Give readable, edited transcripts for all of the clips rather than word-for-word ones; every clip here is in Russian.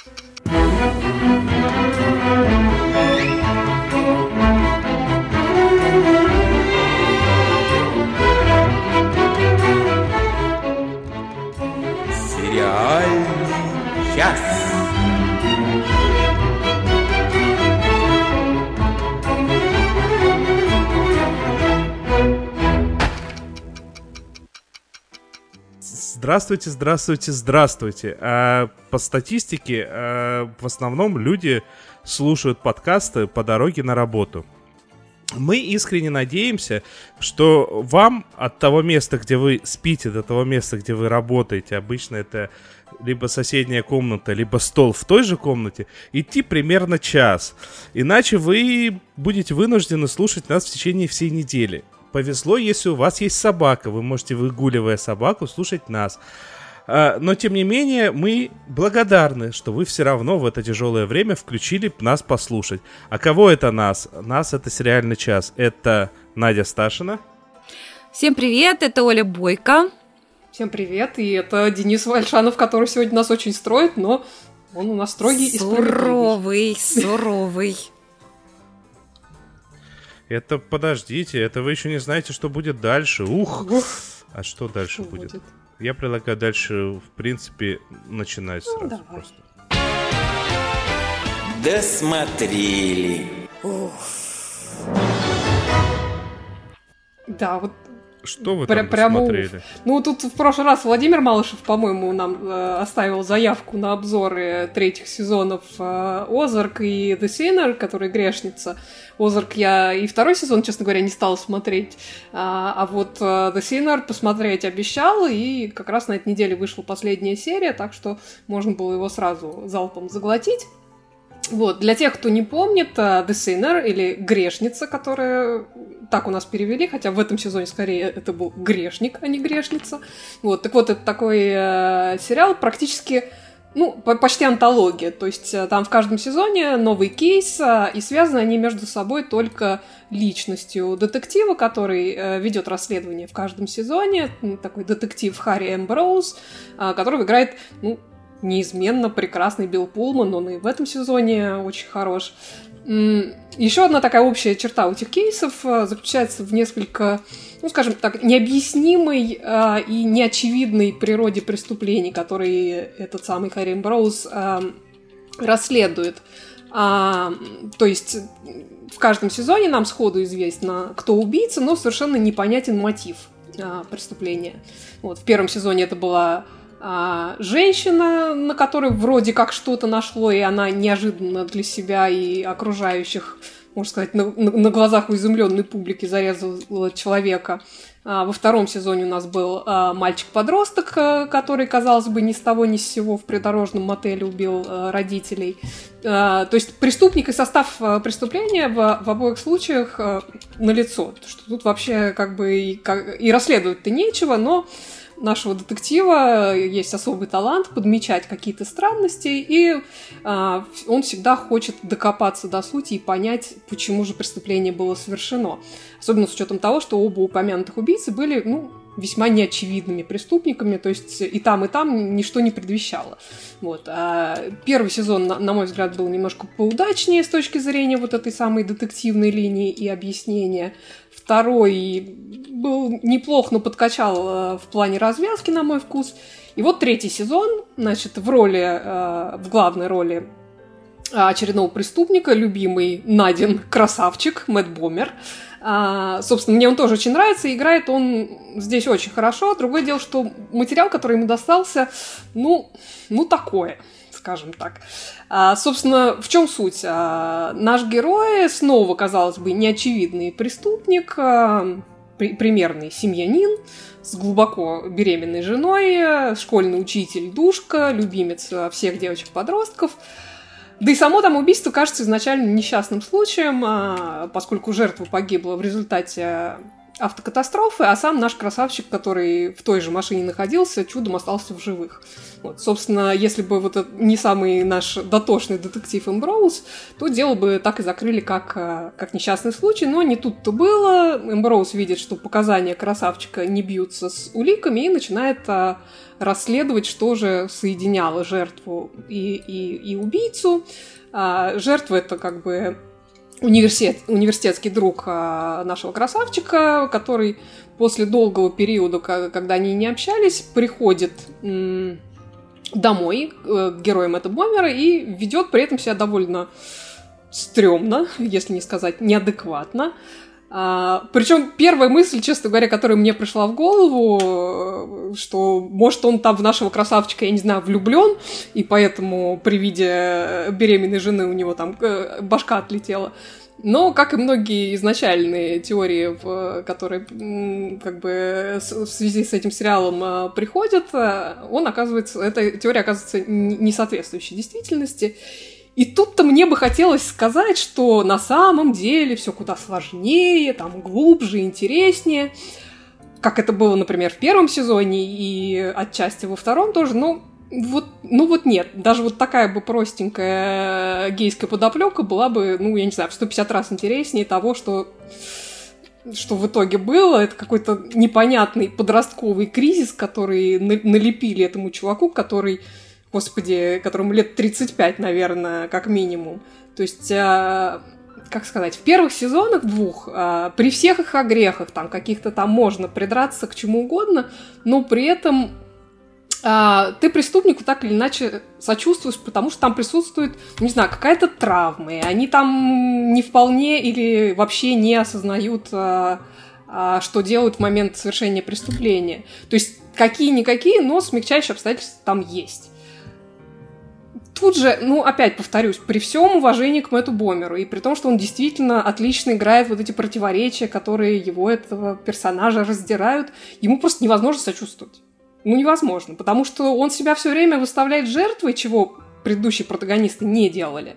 Сериальный час. Здравствуйте, здравствуйте, здравствуйте. По статистике, в основном люди слушают подкасты по дороге на работу. Мы искренне надеемся, что вам от того места, где вы спите, до того места, где вы работаете, обычно это либо соседняя комната, либо стол в той же комнате, идти примерно час. Иначе вы будете вынуждены слушать нас в течение всей недели. Повезло, если у вас есть собака, вы можете, выгуливая собаку, слушать нас. Но, тем не менее, мы благодарны, что вы все равно в это тяжелое время включили нас послушать. А кого это нас? Нас это «Сериальный час». Это Надя Сташина. Всем привет, это Оля Бойко. Всем привет, и это Денис Вальшанов, который сегодня нас очень строит, но он у нас строгий и справедливый. Суровый. Это, подождите, это вы еще не знаете, что будет дальше. Ух! А что дальше будет? Я предлагаю дальше, в принципе, начинать сразу. Давай. Просто. Досмотрели. Да, вот. Что вы там досмотрели? Ну, тут в прошлый раз Владимир Малышев, по-моему, нам оставил заявку на обзоры третьих сезонов «Озарк» и «The Sinner», который «Грешница». «Озарк» я и второй сезон, честно говоря, не стала смотреть. А вот «The Sinner» посмотреть обещал, и как раз на этой неделе вышла последняя серия, так что можно было его сразу залпом заглотить. Вот, для тех, кто не помнит, The Sinner или «Грешница», которая так у нас перевели, хотя в этом сезоне скорее это был «Грешник», а не «Грешница». Вот, так вот, это такой сериал практически, ну, почти антология, то есть там в каждом сезоне новый кейс, и связаны они между собой только личностью детектива, который ведет расследование в каждом сезоне, такой детектив Харри Эмброуз, которого играет, ну, неизменно прекрасный Билл Пулман, он и в этом сезоне очень хорош. Еще одна такая общая черта у этих кейсов заключается в несколько, ну, скажем так, необъяснимой и неочевидной природе преступлений, которые этот самый Харри Эмброуз расследует. То есть в каждом сезоне нам сходу известно, кто убийца, но совершенно непонятен мотив преступления. Вот, в первом сезоне это была женщина, на которой вроде как что-то нашло, и она неожиданно для себя и окружающих, можно сказать, на глазах у изумленной публики зарезала человека. Во втором сезоне у нас был мальчик-подросток, который, казалось бы, ни с того ни с сего в придорожном мотеле убил родителей. То есть преступник и состав преступления в обоих случаях налицо. Что тут вообще как бы и расследовать-то нечего, но нашего детектива есть особый талант подмечать какие-то странности, и он всегда хочет докопаться до сути и понять, почему же преступление было совершено. Особенно с учетом того, что оба упомянутых убийцы были, ну, весьма неочевидными преступниками, то есть и там ничто не предвещало. Вот. Первый сезон, на мой взгляд, был немножко поудачнее с точки зрения вот этой самой детективной линии и объяснения. Второй был неплох, но подкачал в плане развязки, на мой вкус. И вот третий сезон, значит, в главной роли очередного преступника, любимый Надин красавчик Мэтт Бомер. Собственно, мне он тоже очень нравится, играет он здесь очень хорошо. Другое дело, что материал, который ему достался, ну такое, скажем так. Собственно, в чем суть? Наш герой снова, казалось бы, неочевидный преступник, примерный семьянин с глубоко беременной женой, школьный учитель Душка, любимец всех девочек-подростков. Да и само там убийство кажется изначально несчастным случаем, поскольку жертва погибла в результате автокатастрофы, а сам наш красавчик, который в той же машине находился, чудом остался в живых. Вот, собственно, если бы вот это не самый наш дотошный детектив Эмброуз, то дело бы так и закрыли, как несчастный случай, но не тут-то было. Эмброуз видит, что показания красавчика не бьются с уликами и начинает расследовать, что же соединяло жертву и убийцу. Жертва — это как бы университетский друг нашего красавчика, который после долгого периода, когда они не общались, приходит домой к героям этого бомбера и ведет при этом себя довольно стрёмно, если не сказать неадекватно. Причем первая мысль, честно говоря, которая мне пришла в голову, что, может, он там в нашего красавчика, я не знаю, влюблен, и поэтому при виде беременной жены у него там башка отлетела. Но, как и многие изначальные теории, которые как бы в связи с этим сериалом приходят, эта теория оказывается не соответствующей действительности. И тут-то мне бы хотелось сказать, что на самом деле все куда сложнее, там глубже, интереснее, как это было, например, в первом сезоне и отчасти во втором тоже, но вот нет. Даже вот такая бы простенькая гейская подоплека была бы, я не знаю, в 150 раз интереснее того, что в итоге было. Это какой-то непонятный подростковый кризис, который налепили этому чуваку, которому лет 35, наверное, как минимум. То есть, как сказать, в первых сезонах двух, при всех их огрехах, там, каких-то там можно придраться к чему угодно, но при этом ты преступнику так или иначе сочувствуешь, потому что там присутствует, не знаю, какая-то травма, и они там не вполне или вообще не осознают, что делают в момент совершения преступления. То есть, какие-никакие, но смягчающие обстоятельства там есть. Тут же, опять повторюсь, при всем уважении к Мэтту Бомеру, и при том, что он действительно отлично играет вот эти противоречия, которые его, этого персонажа, раздирают, ему просто невозможно сочувствовать. Невозможно, потому что он себя все время выставляет жертвой, чего предыдущие протагонисты не делали.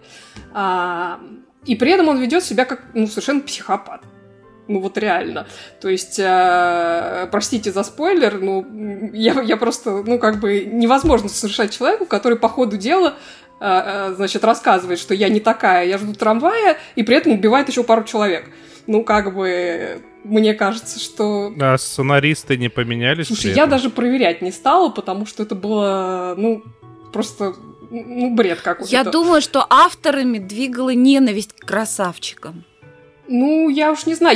И при этом он ведет себя как, совершенно психопат. Вот реально. То есть, простите за спойлер, я просто, невозможно совершать человеку, который по ходу дела, значит, рассказывает, что я не такая, я жду трамвая, и при этом убивает еще пару человек. Мне кажется, что... А сценаристы не поменялись? Слушай, я даже проверять не стала, потому что это было, просто, бред какой-то. Я думаю, что авторами двигала ненависть к красавчикам. Я уж не знаю,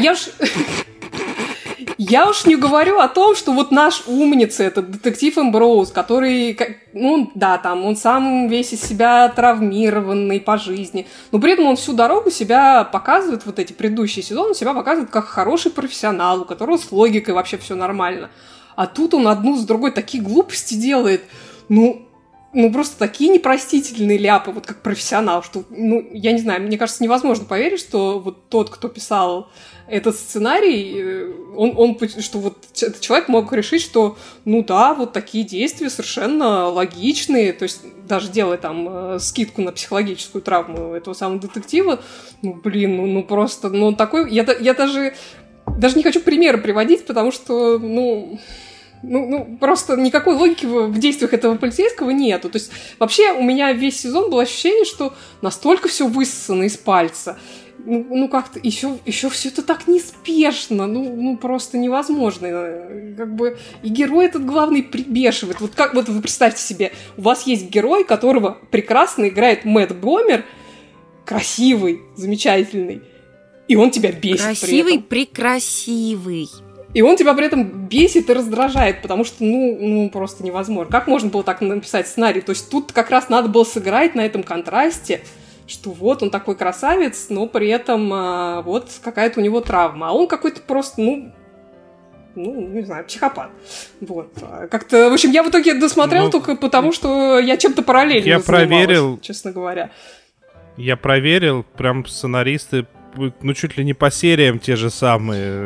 я уж не говорю о том, что вот наш умница, этот детектив Эмброуз, который, он сам весь из себя травмированный по жизни, но при этом он всю дорогу себя показывает, вот эти предыдущие сезоны, себя показывает как хороший профессионал, у которого с логикой вообще все нормально. А тут он одну с другой такие глупости делает, просто такие непростительные ляпы, вот как профессионал, что, я не знаю, мне кажется, невозможно поверить, что вот тот, кто писал этот сценарий, что вот этот человек мог решить, что, вот такие действия совершенно логичные, то есть даже делая там скидку на психологическую травму этого самого детектива, просто, он такой, я даже не хочу примеры приводить, потому что, просто никакой логики в действиях этого полицейского нету. То есть, вообще, у меня весь сезон было ощущение, что настолько все высосано из пальца. Как-то еще все это так неспешно. Просто невозможно. И герой этот главный прибешивает. Вот вы представьте себе, у вас есть герой, которого прекрасно играет Мэтт Бомер, красивый, замечательный, и он тебя бесит. Красивый, прекрасивый. И он тебя при этом бесит и раздражает, потому что, просто невозможно. Как можно было так написать сценарий? То есть тут как раз надо было сыграть на этом контрасте, что вот он такой красавец, но при этом вот какая-то у него травма. А он какой-то просто, не знаю, психопат. Вот. Как-то, в общем, я в итоге досмотрел только потому, что я чем-то параллельно занималась, честно говоря. Я проверил, прям сценаристы, чуть ли не по сериям те же самые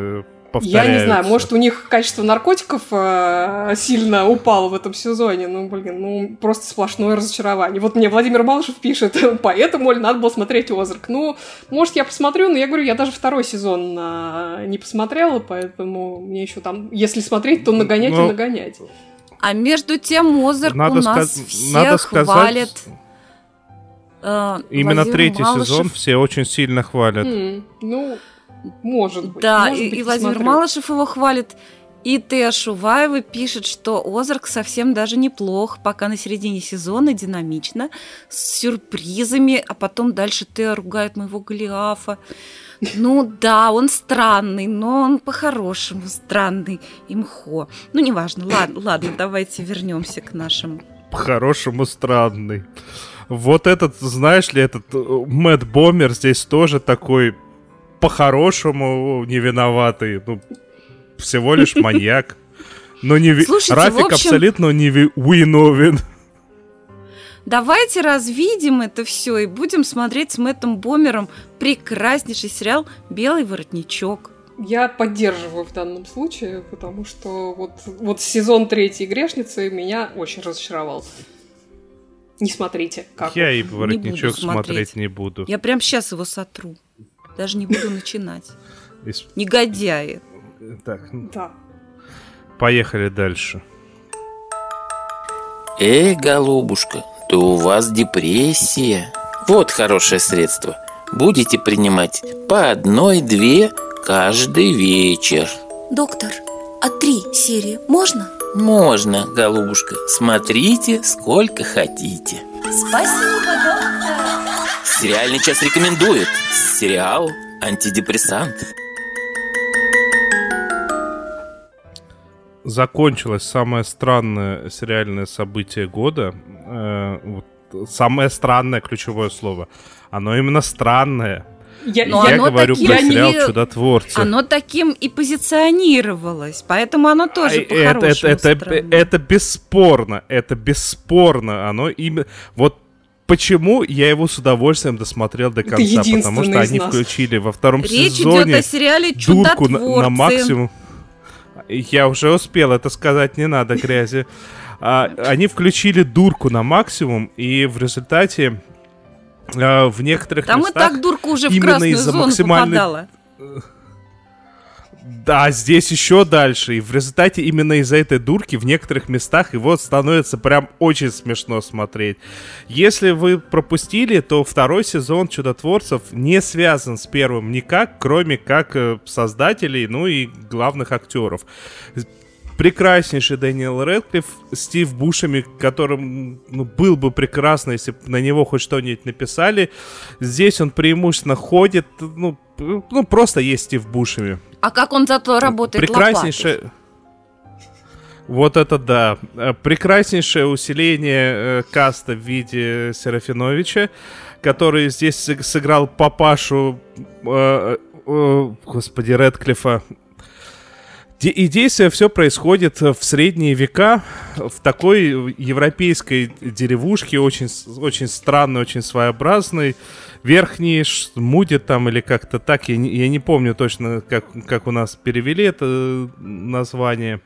повторяются. Я не знаю, может, у них качество наркотиков сильно упало в этом сезоне. Просто сплошное разочарование. Вот мне Владимир Малышев пишет, поэтому, Оль, надо было смотреть «Озарк». Может, я посмотрю, но я говорю, я даже второй сезон не посмотрела, поэтому мне еще там, если смотреть, то нагонять и нагонять. А между тем «Озарк» у нас все хвалят. Именно третий сезон все очень сильно хвалят. Может быть. Да, может быть, и Владимир Малышев его хвалит. И Тея Шуваева пишет, что «Озарк» совсем даже неплох, пока на середине сезона динамично, с сюрпризами, а потом дальше Тея ругает моего Голиафа. Да, он странный, но он по-хорошему странный, имхо. Неважно, ладно, давайте вернемся к нашим. По-хорошему странный. Вот этот, знаешь ли, этот Мэтт Бомер здесь тоже такой по-хорошему не виноватый. Всего лишь маньяк. Слушайте, Рафик абсолютно не виновен. Давайте развидим это все и будем смотреть с Мэттом Бомером прекраснейший сериал «Белый воротничок». Я поддерживаю в данном случае, потому что вот сезон 3 «Грешницы» меня очень разочаровал. Не смотрите. Как Я и «Воротничок» смотреть не буду. Я прям сейчас его сотру. Даже не буду начинать. Негодяи. Так, да. Поехали дальше. Голубушка, да у вас депрессия. Вот хорошее средство. Будете принимать по 1-2 каждый вечер. Доктор, а 3 серии можно? Можно, голубушка. Смотрите, сколько хотите. Спасибо, доктор. Сериальный час рекомендует. Сериал «Антидепрессант». Закончилось самое странное сериальное событие года. Самое странное ключевое слово. Оно именно странное. Я говорю про сериал «Чудотворцы». Оно таким и позиционировалось, поэтому оно тоже по-хорошему странное. Это бесспорно, Оно именно... Вот почему я его с удовольствием досмотрел до конца. Потому что они включили во втором сезоне идет о сериале дурку «Чудотворцы». на максимум. Я уже успел это сказать, не надо грязи. Они включили дурку на максимум, и в результате в некоторых там местах... Там и так дурка уже в красную зону попадала. Да, здесь еще дальше. И в результате именно из-за этой дурки в некоторых местах его становится прям очень смешно смотреть. Если вы пропустили, то второй сезон «Чудотворцев» не связан с первым никак, кроме как создателей, и главных актеров. Прекраснейший Дэниел Рэдклифф, Стив Бушеми, которым был бы прекрасно, если бы на него хоть что-нибудь написали. Здесь он преимущественно ходит, просто есть Стив Бушеми. А как он зато работает лопатой? Вот это да. Прекраснейшее усиление каста в виде Серафиновича, который здесь сыграл папашу Рэдклиффа. И действие все происходит в средние века, в такой европейской деревушке, очень, очень странной, очень своеобразной. Верхний Муди там или как-то так, я не помню точно, как у нас перевели это название.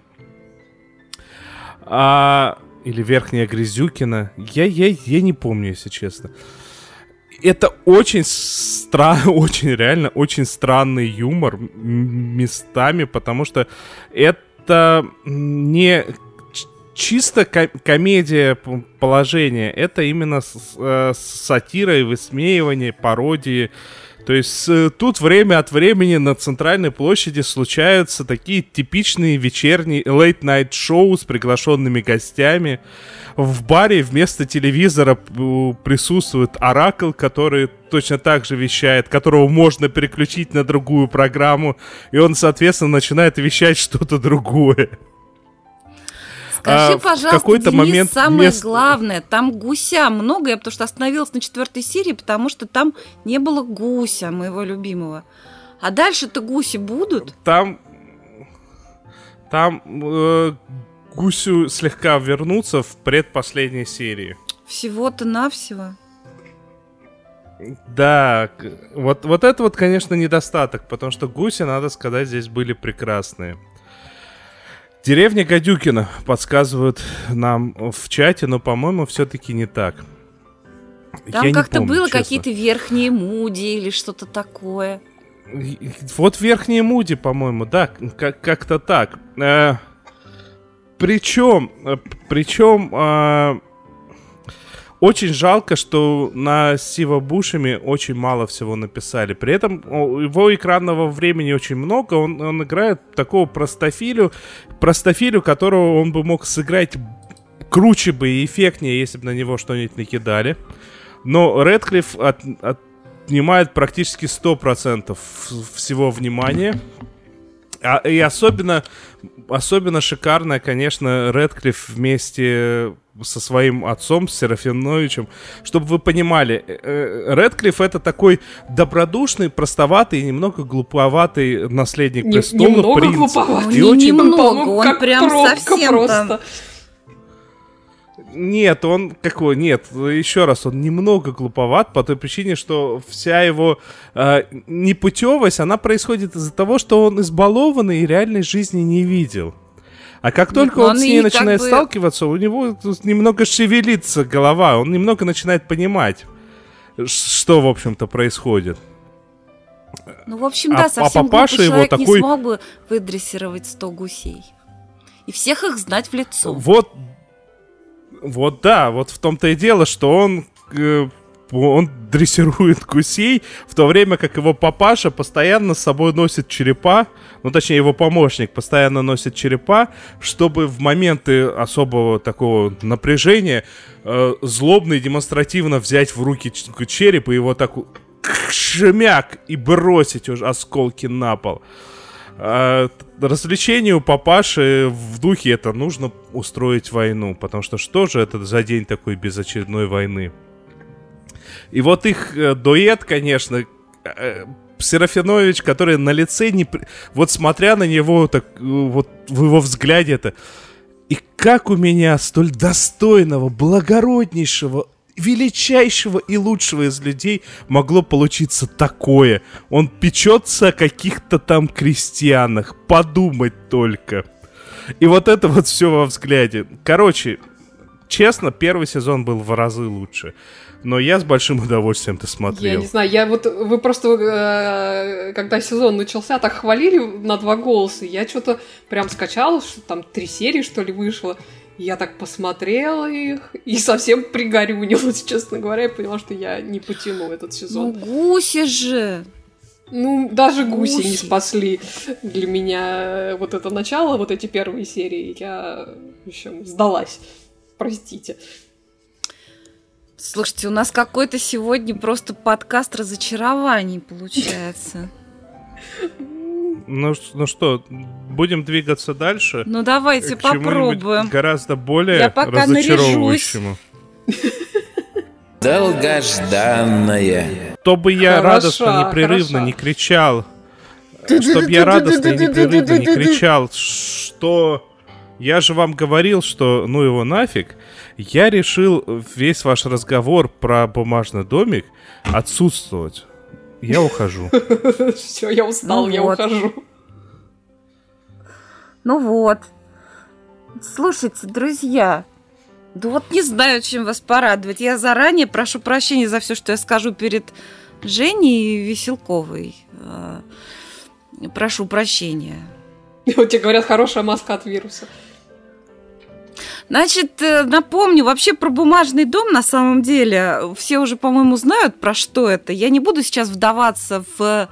Или Верхняя Грязюкина. Я не помню, если честно. Это очень реально очень странный юмор местами, с что это не чисто комедия положения, это именно сатира и высмеивание, пародии. То есть тут время от времени на центральной площади случаются такие типичные вечерние late-night шоу с приглашенными гостями. В баре вместо телевизора присутствует оракл, который точно так же вещает, которого можно переключить на другую программу, и он, соответственно, начинает вещать что-то другое. Скажи, пожалуйста, Денис, самое главное, там гуся много, я потому что остановилась на 4 серии, потому что там не было гуся, моего любимого. А дальше-то гуси будут? Там гусю слегка вернуться в предпоследней серии. Всего-то навсего? Да, вот это вот, конечно, недостаток, потому что гуси, надо сказать, здесь были прекрасные. Деревня Гадюкина подсказывают нам в чате, но, по-моему, все-таки не так. Там Я как-то не помню, было честно. какие-то верхние Муди или что-то такое. Вот верхние Муди, по-моему, да, как-то так. Причем очень жалко, что на Стива Бушеми очень мало всего написали. При этом его экранного времени очень много. Он играет такого простофилю, которого он бы мог сыграть круче бы и эффектнее, если бы на него что-нибудь накидали. Но Рэдклифф отнимает практически 100% всего внимания. И особенно шикарно, конечно, Рэдклифф вместе со своим отцом, с Серафиновичем. Чтобы вы понимали, Рэдклифф — это такой добродушный, простоватый и немного глуповатый наследник престола. Немного принц. глуповатый. И очень... Немного, он прям совсем просто. там... Нет, еще раз, он немного глуповат по той причине, что вся его непутевость, она происходит из-за того, что он избалованный и реальной жизни не видел. А как только он с ней начинает сталкиваться, у него немного шевелится голова, он немного начинает понимать, что, в общем-то, происходит. Ну, в общем, да, совсем глупый человек не смог бы выдрессировать 100 гусей. И всех их знать в лицо. Вот да, вот в том-то и дело, что он дрессирует гусей, в то время как его папаша постоянно с собой носит черепа, ну, точнее, его помощник постоянно носит черепа, чтобы в моменты особого такого напряжения злобно и демонстративно взять в руки череп и его так шмяк и бросить уже осколки на пол. Развлечению папаши в духе это нужно устроить войну, потому что же это за день такой без очередной войны. И вот их дуэт, конечно, Серафинович, который на лице вот смотря на него, так вот в его взгляде это. И как у меня столь достойного, благороднейшего, величайшего и лучшего из людей могло получиться такое? Он печется о каких-то там крестьянах. Подумать только. И вот это вот все во взгляде. Короче, честно, первый сезон был в разы лучше. Но я с большим удовольствием это смотрел. Я не знаю, вы просто, когда сезон начался, так хвалили на 2 голоса. Я что-то прям скачала, что там 3 серии, что ли, вышло. Я так посмотрела их и совсем пригорюнилась, честно говоря. Я поняла, что я не потяну этот сезон. Ну, гуси же! Ну, даже гуси не спасли для меня вот это начало, вот эти первые серии. Я, в общем, сдалась. Простите. Слушайте, у нас какой-то сегодня просто подкаст разочарований получается. Ну что, будем двигаться дальше? Ну давайте попробуем. Гораздо более Я пока разочаровывающему. Долгожданное. Чтобы я радостно, непрерывно не кричал. Чтобы я радостно и непрерывно не кричал, что... Я же вам говорил, что ну его нафиг. Я решил весь ваш разговор про бумажный домик отсутствовать. Я ухожу. Все, я устал, я ухожу. Ну вот. Слушайте, друзья, да вот не знаю, чем вас порадовать. Я заранее прошу прощения за все, что я скажу перед Женей Веселковой. Прошу прощения. Вот тебе говорят, хорошая маска от вируса. Значит, напомню, вообще про бумажный дом на самом деле все уже, по-моему, знают, про что это. Я не буду сейчас вдаваться в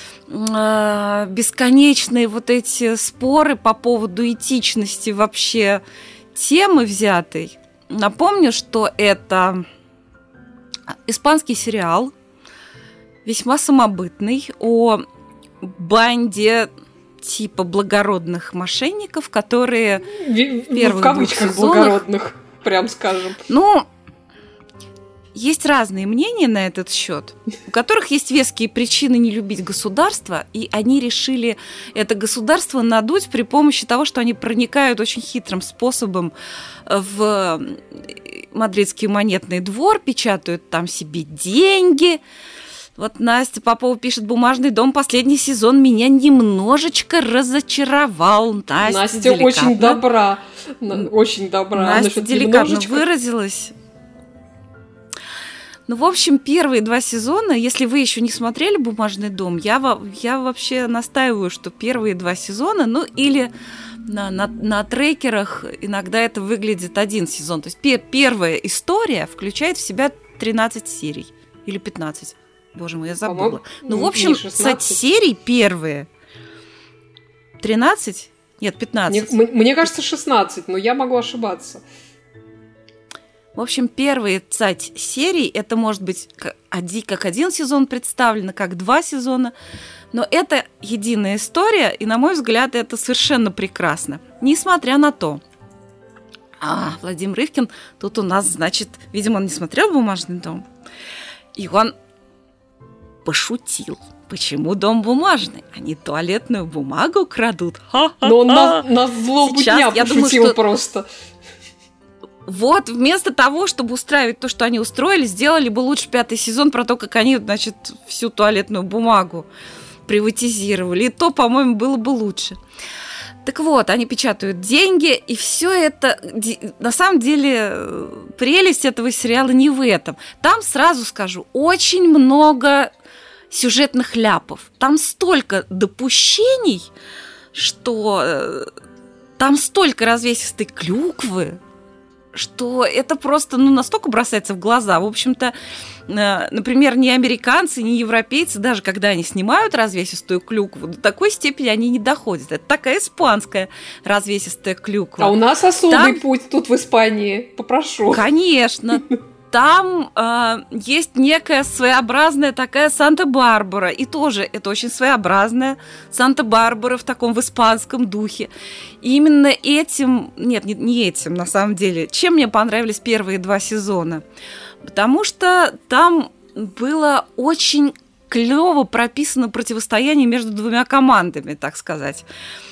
бесконечные вот эти споры по поводу этичности вообще темы взятой. Напомню, что это испанский сериал, весьма самобытный, о банде типа благородных мошенников, которые в кавычках благородных, прям скажем. Ну, есть разные мнения на этот счет, у которых есть веские причины не любить государство, и они решили это государство надуть при помощи того, что они проникают очень хитрым способом в Мадридский монетный двор, печатают там себе деньги. Вот Настя Попова пишет: «Бумажный дом» последний сезон меня немножечко разочаровал. Настя очень добра. Очень добра. Настя деликатно выразилась. Ну, в общем, первые 2 сезона, если вы еще не смотрели «Бумажный дом», я вообще настаиваю, что первые 2 сезона, ну, или на трекерах иногда это выглядит один сезон. То есть первая история включает в себя 13 серий. Или 15. Боже мой, я забыла. Ну, в общем, кстати, серий первые 13? Нет, 15. Мне кажется, 16, но я могу ошибаться. В общем, первые 5 серий, это может быть как один сезон представлено, как 2 сезона, но это единая история, и, на мой взгляд, это совершенно прекрасно. Несмотря на то, Владимир Рывкин тут у нас, значит, видимо, он не смотрел «Бумажный дом», и он пошутил. Почему дом бумажный? Они туалетную бумагу крадут. Но он нас злобудня пошутил просто. Вот, вместо того, чтобы устраивать то, что они устроили, сделали бы лучше 5-й сезон про то, как они, значит, всю туалетную бумагу приватизировали. И то, по-моему, было бы лучше. Так вот, они печатают деньги, и все это... На самом деле, прелесть этого сериала не в этом. Там, сразу скажу, очень много сюжетных ляпов. Там столько допущений, что там столько развесистой клюквы, что это просто настолько бросается в глаза. В общем-то, например, ни американцы, ни европейцы, даже когда они снимают развесистую клюкву, до такой степени они не доходят. Это такая испанская развесистая клюква. А у нас особый путь тут в Испании. Попрошу. Конечно. Там есть некая своеобразная такая Санта-Барбара. И тоже это очень своеобразная Санта-Барбара в таком в испанском духе. И именно этим, нет, не этим на самом деле, чем мне понравились первые 2 сезона. Потому что там было очень клево прописано противостояние между 2 командами, так сказать.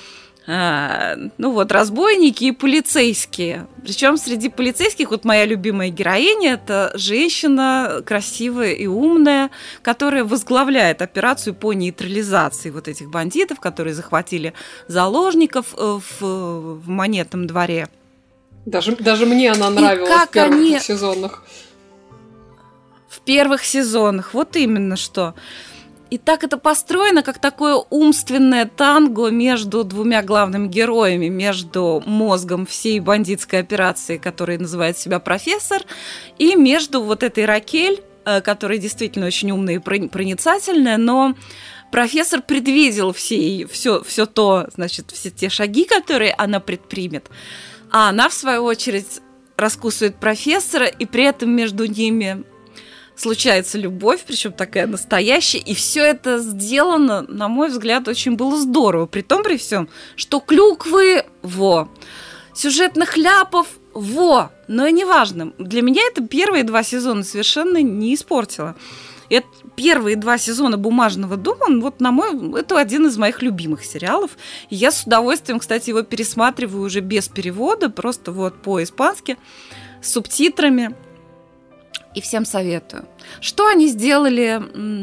Ну вот, разбойники и полицейские. Причем среди полицейских вот моя любимая героиня – это женщина красивая и умная, которая возглавляет операцию по нейтрализации вот этих бандитов, которые захватили заложников в монетном дворе. Даже мне она нравилась в первых сезонах. В первых сезонах, вот именно что. И так это построено, как такое умственное танго между 2 главными героями, между мозгом всей бандитской операции, который называет себя профессор, и между вот этой Ракель, которая действительно очень умная и проницательная, но профессор предвидел все то, значит, все те шаги, которые она предпримет, а она, в свою очередь, раскусывает профессора, и при этом между ними случается любовь, причем такая настоящая, и все это сделано, на мой взгляд, очень было здорово. При том, при всем, что клюквы сюжетных ляпов но и неважно. Для меня это первые 2 сезона совершенно не испортило. Это первые 2 сезона «Бумажного дома», это один из моих любимых сериалов. И я с удовольствием, кстати, его пересматриваю уже без перевода, просто по-испански, с субтитрами. И всем советую. Что они сделали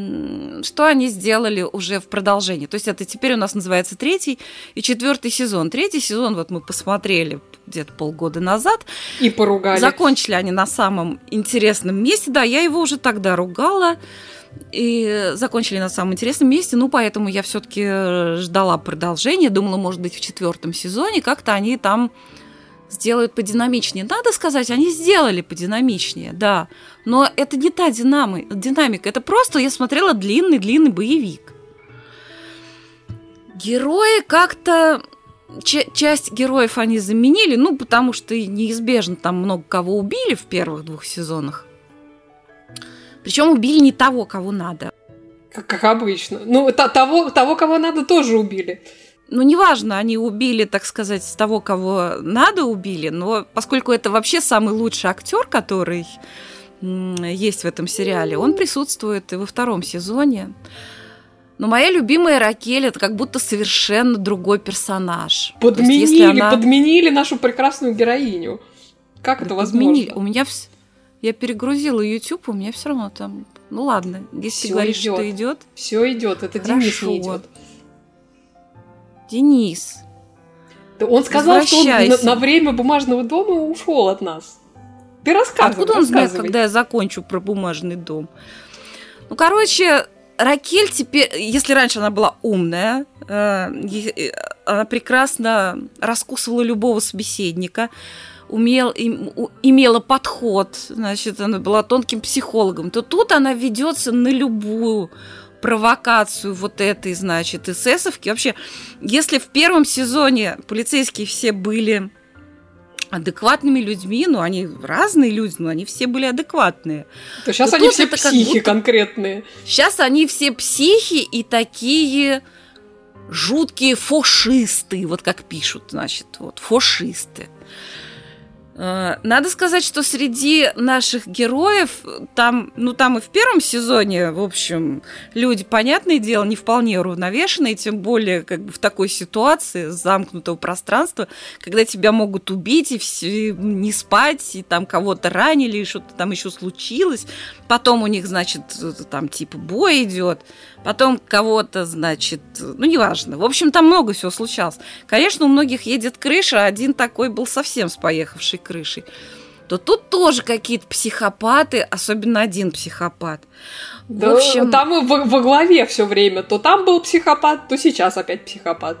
уже в продолжении? То есть это теперь у нас называется 3-й и 4-й сезон. 3-й сезон вот мы посмотрели где-то полгода назад. И поругали. Закончили они на самом интересном месте. Да, я его уже тогда ругала. И закончили на самом интересном месте. Поэтому я все-таки ждала продолжения. Думала, может быть, в 4-м сезоне как-то они там сделают подинамичнее. Надо сказать, они сделали подинамичнее, да. Но это не та динамика. Это просто я смотрела длинный боевик. Герои как-то... Часть героев они заменили, потому что неизбежно там много кого убили в первых 2 сезонах. Причем убили не того, кого надо. Как обычно. Того, кого надо, тоже убили. Неважно, они убили, так сказать, того, кого надо, убили, но поскольку это вообще самый лучший актер, который есть в этом сериале, он присутствует и во 2-м сезоне. Но моя любимая Ракель – это как будто совершенно другой персонаж. Подменили нашу прекрасную героиню. Как это Подменили. возможно? У меня я перегрузила YouTube, у меня все равно там... Ну ладно, если Всё ты говоришь, идёт. что идет. Все идет, это Денис не Хорошо. идет. Денис, Да он сказал, что он Возвращайся. на время бумажного дома ушел от нас. Ты рассказывай. откуда он знает, рассказывай. когда я закончу про бумажный дом? Ну, короче, Ракель теперь, если раньше она была умная, она прекрасно раскусывала любого собеседника, имела подход, значит, она была тонким психологом, то тут она ведется на любую провокацию вот этой, значит, эсэсовки. Вообще, если в первом сезоне полицейские все были адекватными людьми, ну, они разные люди, но они все были адекватные. То сейчас то они тут все это как психи будто- конкретные. Сейчас они все психи и такие жуткие фашисты, вот как пишут, значит, вот, фашисты. Надо сказать, что среди наших героев там и в первом сезоне, в общем, люди, понятное дело, не вполне уравновешенные, тем более как бы в такой ситуации замкнутого пространства, когда тебя могут убить и не спать, и там кого-то ранили, и что-то там еще случилось. Потом у них, значит, там типа бой идет, потом кого-то, значит, ну, неважно. В общем, там много всего случалось. Конечно, у многих едет крыша, а один такой был совсем с поехавшей крышей. То тут тоже какие-то психопаты, особенно один психопат. Да, в общем, там и во главе все время. То там был психопат, то сейчас опять психопат.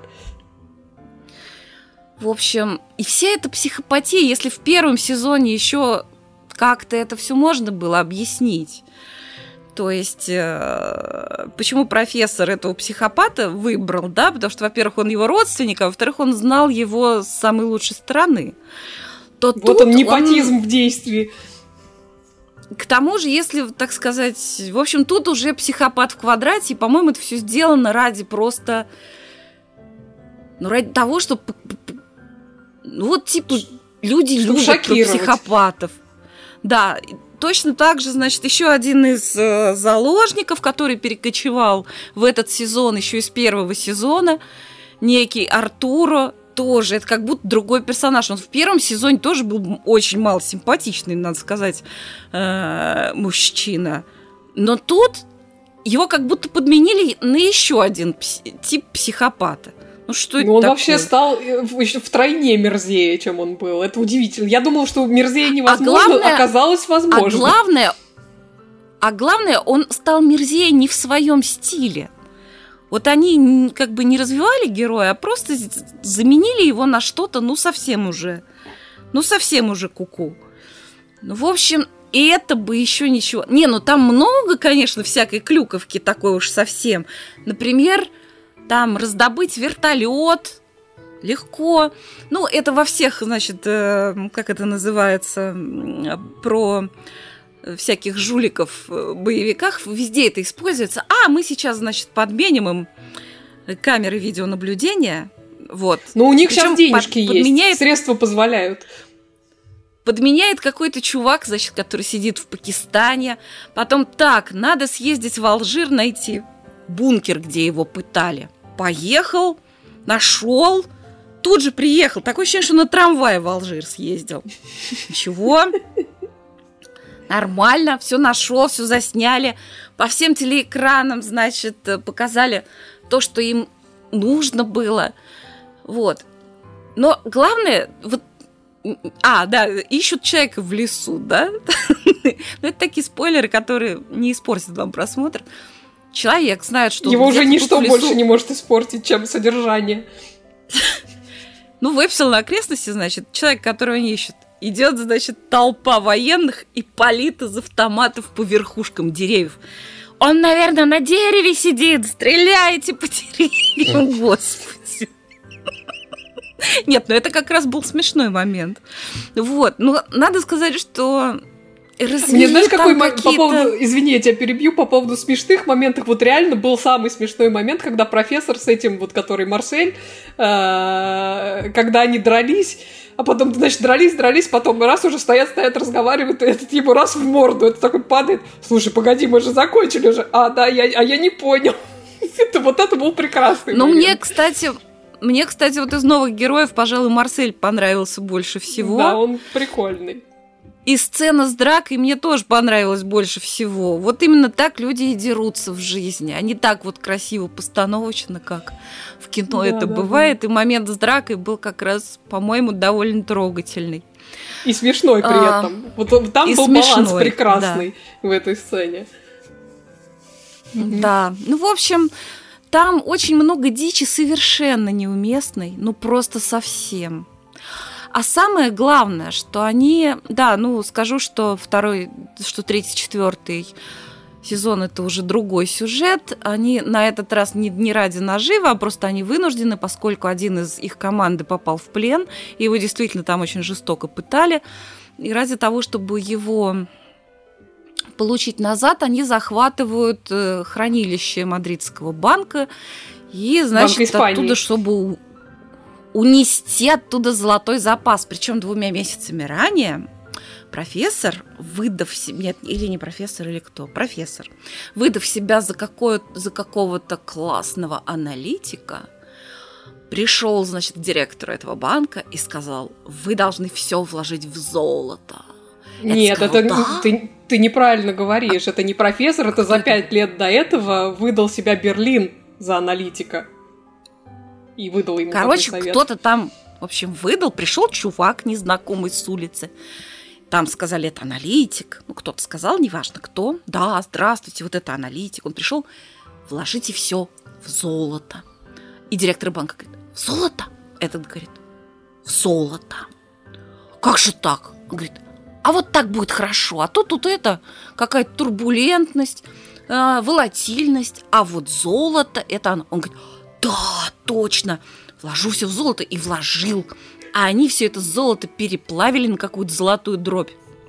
в общем, и вся эта психопатия, если в первом сезоне еще как-то это все можно было объяснить. То есть, почему профессор этого психопата выбрал, да, потому что, во-первых, он его родственник, а во-вторых, он знал его с самой лучшей стороны. То Вот тут он, непотизм в действии. К тому же, если, так сказать, в общем, тут уже психопат в квадрате, и, по-моему, это все сделано ради просто, ну, ради того, чтобы, ну, вот, типа, люди Чтоб любят про шокировать. психопатов. Да, точно так же, значит, еще один из заложников, который перекочевал в этот сезон, еще из первого сезона, некий Артуро, тоже, это как будто другой персонаж. Он в первом сезоне тоже был очень мало симпатичный, надо сказать, мужчина. Но тут его как будто подменили на еще один тип психопата. Ну что это Ну, он такое? вообще стал еще втройне мерзее, чем он был. Это удивительно. Я думала, что мерзее невозможно, главное- оказалось возможно. А главное, он стал мерзее не в своем стиле. Вот они как бы не развивали героя, а просто заменили его на что-то, ну, совсем уже куку. Ну, в общем, и это бы еще ничего. Не, ну, там много, конечно, всякой клюковки такой уж совсем. Например, там раздобыть вертолет легко. Ну, это во всех, значит, как это называется, про всяких жуликов, боевиках, везде это используется. А, мы сейчас, значит, подменим им камеры видеонаблюдения. Вот. Но у них Причём сейчас денежки есть, средства позволяют. Подменяет какой-то чувак, значит, который сидит в Пакистане. Потом, так, надо съездить в Алжир, найти бункер, где его пытали. Поехал, нашел, тут же приехал. Такое ощущение, что на трамвае в Алжир съездил. Ничего. Нормально, все нашел, все засняли. По всем телеэкранам, значит, показали то, что им нужно было. Вот. Но главное, вот, да, ищут человека в лесу, да? Но это такие спойлеры, которые не испортят вам просмотр. Человек знает, что... Его уже ничто в лесу. больше не может испортить, чем содержание. Ну, выписал на окрестности, значит, человек, которого они ищут. Идет, значит, толпа военных и палит из автоматов по верхушкам деревьев. Он, наверное, на дереве сидит. Стреляйте по деревьям, господи. Нет, ну это как раз был смешной момент. Вот, ну надо сказать, что мне знаешь, какой по поводу, извини, я тебя перебью, по поводу смешных моментов, вот реально был самый смешной момент, когда профессор с этим, вот который Марсель, когда они дрались, а потом, значит, дрались, потом раз уже стоят, разговаривают, и этот ему раз в морду, это такой падает, слушай, погоди, мы же закончили уже, да, я не понял. Это был прекрасный момент. Ну, мне, кстати, Мне, кстати, вот из новых героев, пожалуй, Марсель понравился больше всего. Да, он прикольный. И сцена с дракой мне тоже понравилась больше всего. Вот именно так люди и дерутся в жизни. А не так вот красиво, постановочно, как в кино это бывает. И момент с дракой был как раз, по-моему, довольно трогательный. И смешной при этом. Вот там был баланс прекрасный в этой сцене. Да. Ну, в общем, там очень много дичи совершенно неуместной. Ну, просто совсем. А самое главное, что они... Да, ну, скажу, что третий, четвертый сезон – это уже другой сюжет. Они на этот раз не ради наживы, а просто они вынуждены, поскольку один из их команды попал в плен, и его действительно там очень жестоко пытали. И ради того, чтобы его получить назад, они захватывают хранилище Мадридского банка и, значит, оттуда, чтобы... унести оттуда золотой запас. Причем 2 месяцами ранее профессор, выдав себя... Нет, или не профессор, или кто? Профессор. Выдав себя за какого-то классного аналитика, пришел, значит, к директору этого банка и сказал: вы должны все вложить в золото. Нет, ты неправильно говоришь. Это не профессор, это за 5 лет до этого выдал себя Берлин за аналитика. И выдал ему такой совет. Кто-то там, в общем, выдал. Пришел чувак незнакомый с улицы. Там сказали, это аналитик. Ну, кто-то сказал, неважно кто. Да, здравствуйте, вот это аналитик. Он пришел, вложите все в золото. И директор банка говорит: в золото? Этот говорит: в золото. Как же так? Он говорит: а вот так будет хорошо. А то тут это какая-то турбулентность, волатильность. А вот золото, это оно. Он говорит: да, точно, вложу все в золото. И вложил. А они все это золото переплавили на какую-то золотую дробь.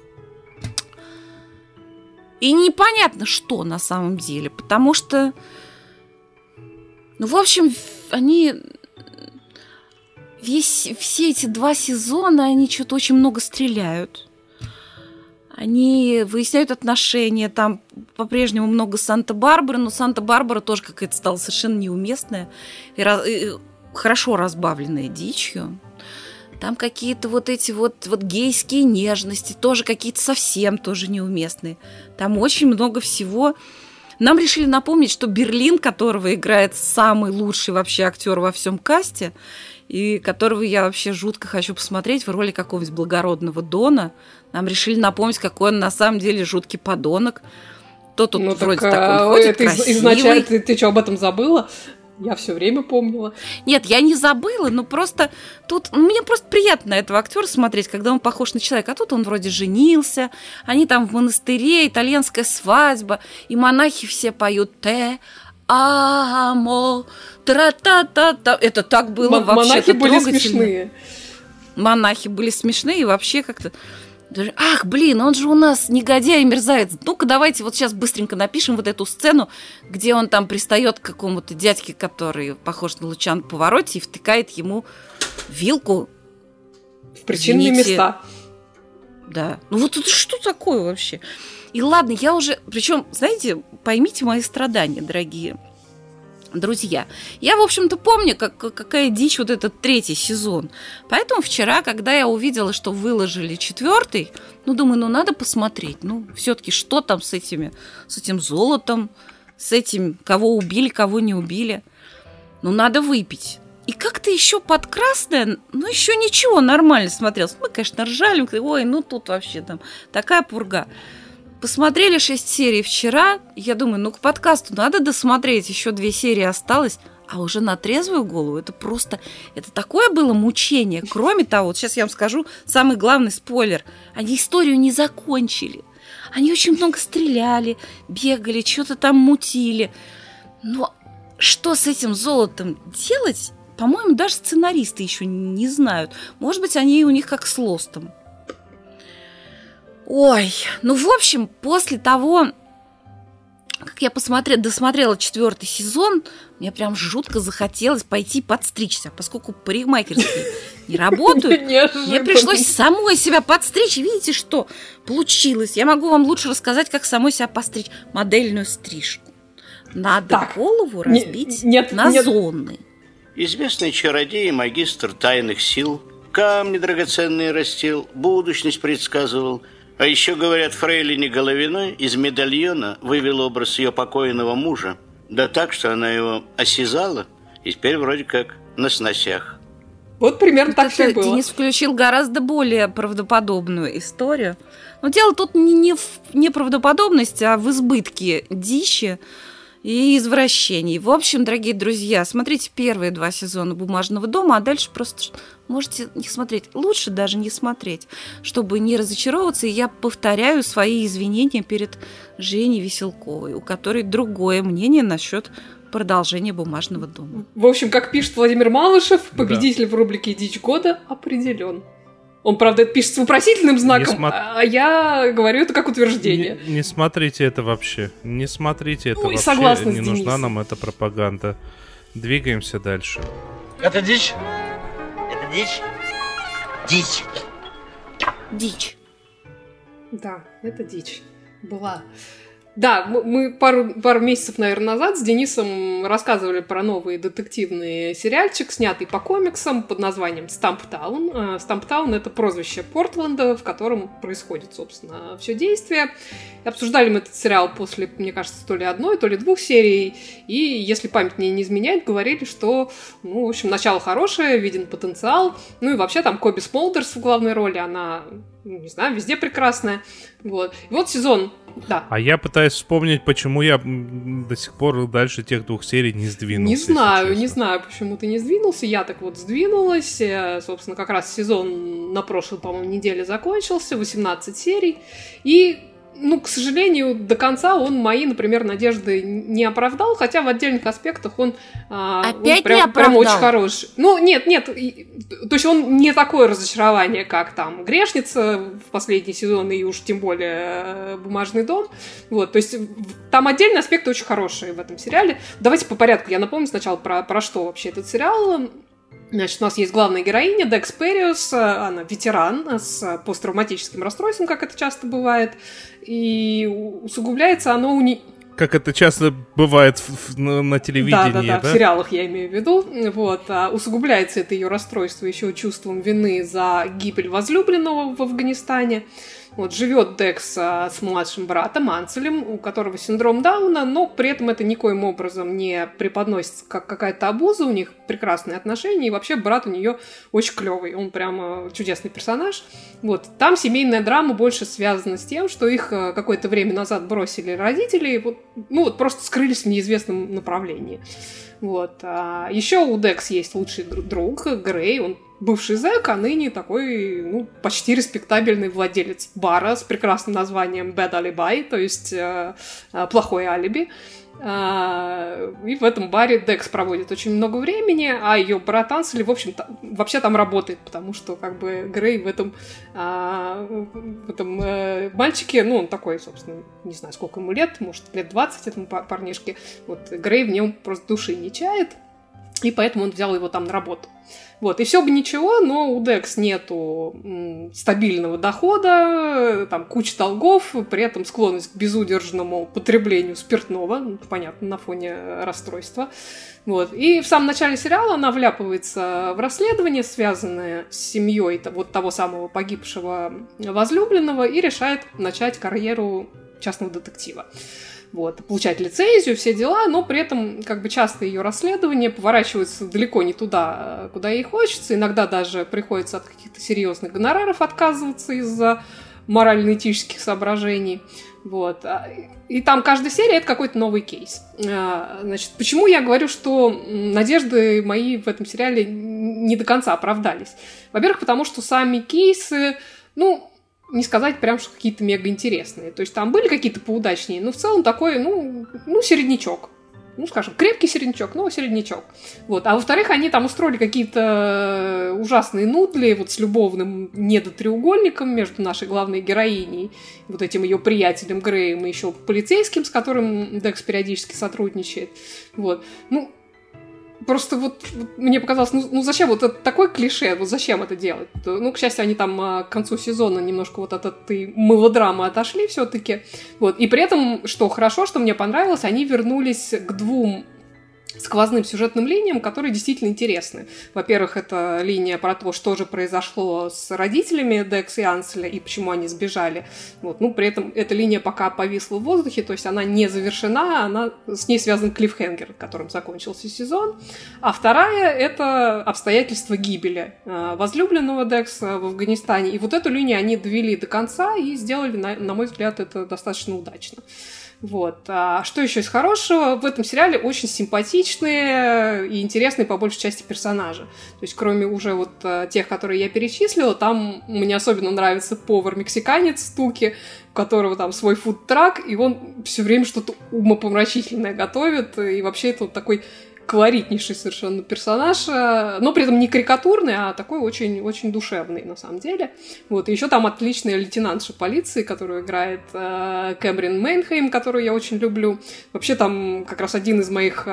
И непонятно, что на самом деле. Потому что, ну, в общем, они... Все эти 2 сезона, они что-то очень много стреляют. Они выясняют отношения. Там по-прежнему много Санта-Барбары, но Санта-Барбара тоже какая-то стала совершенно неуместная и хорошо разбавленная дичью. Там какие-то вот эти вот гейские нежности, тоже какие-то совсем тоже неуместные. Там очень много всего. Нам решили напомнить, что Берлин, которого играет самый лучший вообще актер во всем касте, и которого я вообще жутко хочу посмотреть в роли какого-нибудь благородного Дона, нам решили напомнить, какой он на самом деле жуткий подонок. То тут вроде такой ходит, красивый. Изначально ты что, об этом забыла? Я все время помнила. Нет, я не забыла, но просто тут... Мне просто приятно на этого актера смотреть, когда он похож на человека. А тут он вроде женился, они там в монастыре, итальянская свадьба, и монахи все поют «Те амо, тра-та-та-та». Это так было вообще. Монахи были смешные. Монахи были смешные и вообще как-то... Ах, блин, он же у нас негодяй и мерзавец. Ну-ка, давайте вот сейчас быстренько напишем вот эту сцену, где он там пристает к какому-то дядьке, который похож на Лучано Повороте, и втыкает ему вилку в причинные места. Да. Ну вот это что такое вообще? И ладно, я уже... Причем, знаете, поймите мои страдания, дорогие друзья. Я, в общем-то, помню, какая дичь вот этот 3-й сезон. Поэтому вчера, когда я увидела, что выложили 4-й, думаю, надо посмотреть. Все-таки что там с этим золотом, с этим, кого убили, кого не убили. Надо выпить. И как-то еще под красное, еще ничего, нормально смотрелось. Мы, конечно, ржали, ой, тут вообще там такая пурга. Посмотрели 6 серий вчера. Я думаю, к подкасту надо досмотреть. Еще 2 серии осталось. А уже на трезвую голову это такое было мучение. Кроме того, вот сейчас я вам скажу самый главный спойлер. Они историю не закончили. Они очень много стреляли, бегали, что-то там мутили. Но что с этим золотом делать, по-моему, даже сценаристы еще не знают. Может быть, они у них как с Лостом. Ой, в общем, после того, как я досмотрела 4-й сезон, мне прям жутко захотелось пойти подстричься, поскольку парикмахерские не работают. Мне пришлось самой себя подстричь. Видите, что получилось? Я могу вам лучше рассказать, как самой себя подстричь. Модельную стрижку. Надо голову разбить на зоны. Известный чародей и магистр тайных сил. Камни драгоценные растил, будущность предсказывал. А еще, говорят, фрейлине Головиной из медальона вывел образ ее покойного мужа. Да так, что она его осязала, и теперь вроде как на сносях. Вот примерно так все и было. Денис включил гораздо более правдоподобную историю. Но дело тут не в неправдоподобности, а в избытке дичи и извращений. В общем, дорогие друзья, смотрите первые 2 сезона «Бумажного дома», а дальше просто можете не смотреть. Лучше даже не смотреть, чтобы не разочаровываться. И я повторяю свои извинения перед Женей Веселковой, у которой другое мнение насчет продолжения «Бумажного дома». В общем, как пишет Владимир Малышев, победитель в рубрике «Дичь года» определен. Он, правда, это пишет с вопросительным знаком, а я говорю это как утверждение. Не смотрите это вообще. Не смотрите это вообще. Согласна не с нужна Денисом. нам эта пропаганда. Двигаемся дальше. Это дичь? Это дичь? Дичь. Дичь. Да, это дичь была. Да, мы пару месяцев, наверное, назад с Денисом рассказывали про новый детективный сериальчик, снятый по комиксам под названием «Стамптаун». «Стамптаун» — это прозвище Портленда, в котором происходит, собственно, все действие. Обсуждали мы этот сериал после, мне кажется, то ли 1, то ли 2 серий, и, если память мне не изменяет, говорили, что, в общем, начало хорошее, виден потенциал. Ну и вообще там Коби Смолдерс в главной роли, она, не знаю, везде прекрасная. Вот. И вот сезон. Да. А я пытаюсь вспомнить, почему я до сих пор дальше тех 2 серий не сдвинулся. Не знаю, почему ты не сдвинулся. Я так вот сдвинулась. Собственно, как раз сезон на прошлой, по-моему, неделе закончился. 18 серий. И, к сожалению, до конца он мои, например, надежды не оправдал, хотя в отдельных аспектах он прям очень хороший. Нет, то есть он не такое разочарование, как там «Грешница» в последний сезон и уж тем более «Бумажный дом». Вот, то есть там отдельные аспекты очень хорошие в этом сериале. Давайте по порядку. Я напомню сначала про что вообще этот сериал. Значит, у нас есть главная героиня Декс Перриус, она ветеран с посттравматическим расстройством, как это часто бывает, и усугубляется оно у нее... Как это часто бывает на телевидении, да? В сериалах я имею в виду. Вот. Усугубляется это ее расстройство еще чувством вины за гибель возлюбленного в Афганистане. Вот, живет Декс с младшим братом Анселем, у которого синдром Дауна, но при этом это никоим образом не преподносится как какая-то абуза, у них прекрасные отношения, и вообще брат у нее очень клевый, он прямо чудесный персонаж. Вот. Там семейная драма больше связана с тем, что их какое-то время назад бросили родители, вот просто скрылись в неизвестном направлении. Вот. Еще у Декс есть лучший друг Грей, он бывший зэк, а ныне такой, почти респектабельный владелец бара с прекрасным названием Bad Alibi, то есть плохое алиби. И в этом баре Декс проводит очень много времени, а ее брат Ансель, в общем-то, вообще там работает, потому что как бы Грей в этом мальчике, он такой, собственно, не знаю, сколько ему лет, может, лет 20 этому парнишке, вот Грей в нем просто души не чает, и поэтому он взял его там на работу. Вот, и все бы ничего, но у Декс нету стабильного дохода, там куча долгов, при этом склонность к безудержному потреблению спиртного, понятно, на фоне расстройства. Вот. И в самом начале сериала она вляпывается в расследование, связанное с семьей того самого погибшего возлюбленного, и решает начать карьеру частного детектива. Вот, получать лицензию, все дела, но при этом как бы часто ее расследования поворачиваются далеко не туда, куда ей хочется. Иногда даже приходится от каких-то серьезных гонораров отказываться из-за морально-этических соображений. Вот. И там каждая серия — это какой-то новый кейс. Значит, почему я говорю, что надежды мои в этом сериале не до конца оправдались? Во-первых, потому что сами кейсы, не сказать прям, что какие-то мега интересные. То есть там были какие-то поудачнее, но в целом такой, середнячок. Скажем, крепкий середнячок, но середнячок. Вот. А во-вторых, они там устроили какие-то ужасные нудли вот с любовным недотреугольником между нашей главной героиней, вот этим ее приятелем Греем и еще полицейским, с которым Декс периодически сотрудничает. Вот. Просто вот мне показалось, зачем вот это такое клише, вот зачем это делать? К счастью, они там к концу сезона немножко вот от этой мелодрамы отошли все-таки. Вот. И при этом, что хорошо, что мне понравилось, они вернулись к 2 сквозным сюжетным линиям, которые действительно интересны. Во-первых, это линия про то, что же произошло с родителями Декс и Анселя и почему они сбежали. Вот. Ну, при этом эта линия пока повисла в воздухе, то есть она не завершена, с ней связан клиффхенгер, которым закончился сезон. А вторая — это обстоятельства гибели возлюбленного Декса в Афганистане. И вот эту линию они довели до конца и сделали, на мой взгляд, это достаточно удачно. Вот. А что еще из хорошего? В этом сериале очень симпатичные и интересные по большей части персонажи. То есть кроме уже вот тех, которые я перечислила, там мне особенно нравится повар-мексиканец Туки, у которого там свой фуд-трак, и он все время что-то умопомрачительное готовит, и вообще это вот такой колоритнейший совершенно персонаж, но при этом не карикатурный, а такой очень-очень душевный, на самом деле. Вот. И еще там отличная лейтенантша полиции, которую играет Кэмерон Мейнхейм, которую я очень люблю. Вообще там как раз один из моих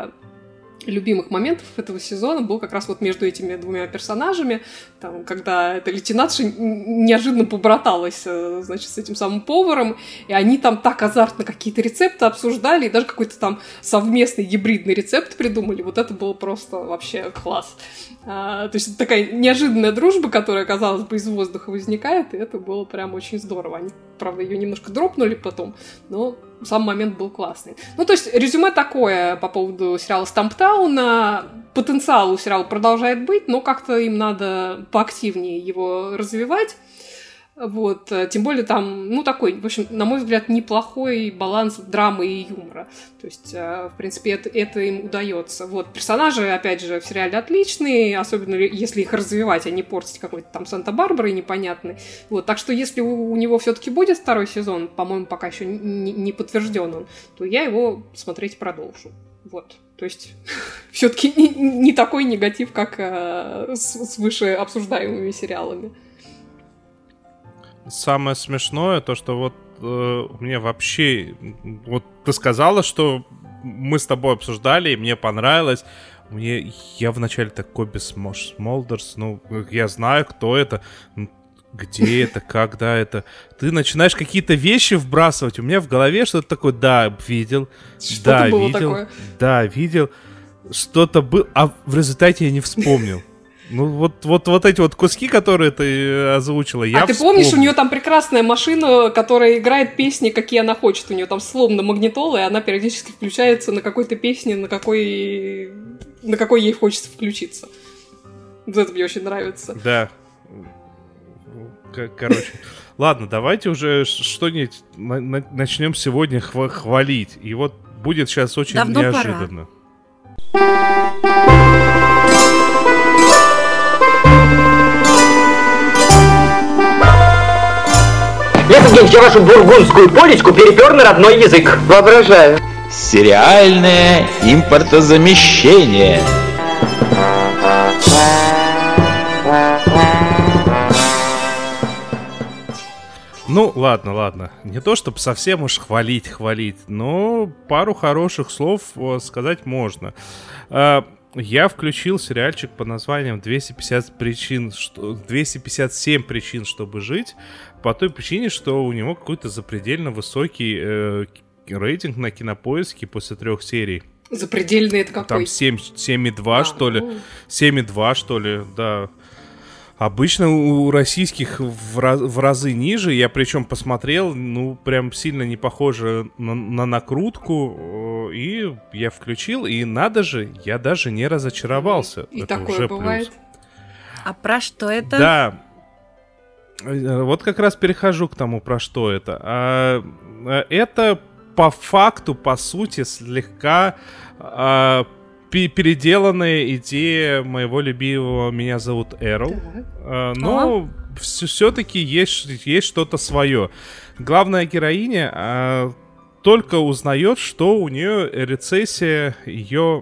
любимых моментов этого сезона был как раз вот между этими двумя персонажами, там, когда эта лейтенантша неожиданно побраталась, значит, с этим самым поваром, и они там так азартно какие-то рецепты обсуждали, и даже какой-то там совместный гибридный рецепт придумали. Вот это было просто вообще класс. То есть такая неожиданная дружба, которая, казалось бы, из воздуха возникает, и это было прям очень здорово. Они, правда, ее немножко дропнули потом, но сам момент был классный. Ну, то есть резюме такое по поводу сериала «Стамптауна». Потенциал у сериала продолжает быть, но как-то им надо поактивнее его развивать. Вот. Тем более там, ну, такой, в общем, на мой взгляд, неплохой баланс драмы и юмора. То есть, в принципе, это им удается. Вот. Персонажи, опять же, в сериале отличные, особенно если их развивать, а не портить какой-то там Санта-Барбарой непонятный. Вот. Так что, если у него все-таки будет второй сезон, по-моему, пока еще не подтвержден он, то я его смотреть продолжу. Вот. То есть, все-таки не такой негатив, как с выше обсуждаемыми сериалами. Самое смешное, то, что вот мне вообще... Вот ты сказала, что мы с тобой обсуждали, и мне понравилось. Я вначале такой без Смолдерс, ну, я знаю, кто это, где это, когда это. Ты начинаешь какие-то вещи вбрасывать, у меня в голове что-то такое, да, видел, что-то да, было видел, такое. Да, видел, что-то было, а в результате я не вспомнил. Ну, вот эти вот куски, которые ты озвучила, я ты вспомнил. помнишь, у нее там прекрасная машина, которая играет песни, какие она хочет. У нее там сломана магнитола, и она периодически включается на какой-то песне, на какой ей хочется включиться. Вот это мне очень нравится. Да. Короче. Ладно, давайте уже что-нибудь начнем сегодня хвалить. И вот будет сейчас очень давно неожиданно. Лев, я вашу бургундскую полечку перепер на родной язык. Воображаю. Сериальное импортозамещение. Ну, ладно. Не то, чтобы совсем уж хвалить, но пару хороших слов сказать можно. Я включил сериальчик под названием 257 причин, чтобы жить, по той причине, что у него какой-то запредельно высокий рейтинг на Кинопоиске после 3 серий. Запредельный это какой? Там 7,2, что ли. 7,2, что ли, да. Обычно у российских в разы ниже. Я причем посмотрел, ну, прям сильно не похоже на накрутку. И я включил, и надо же, я даже не разочаровался. И это такое уже бывает. плюс. А про что это? Да. Вот как раз перехожу к тому, про что это. Это по факту, по сути, слегка... переделанная идея моего любимого «Меня зовут Эрл», но все-таки есть что-то свое. Главная героиня только узнает, что у нее рецессия, у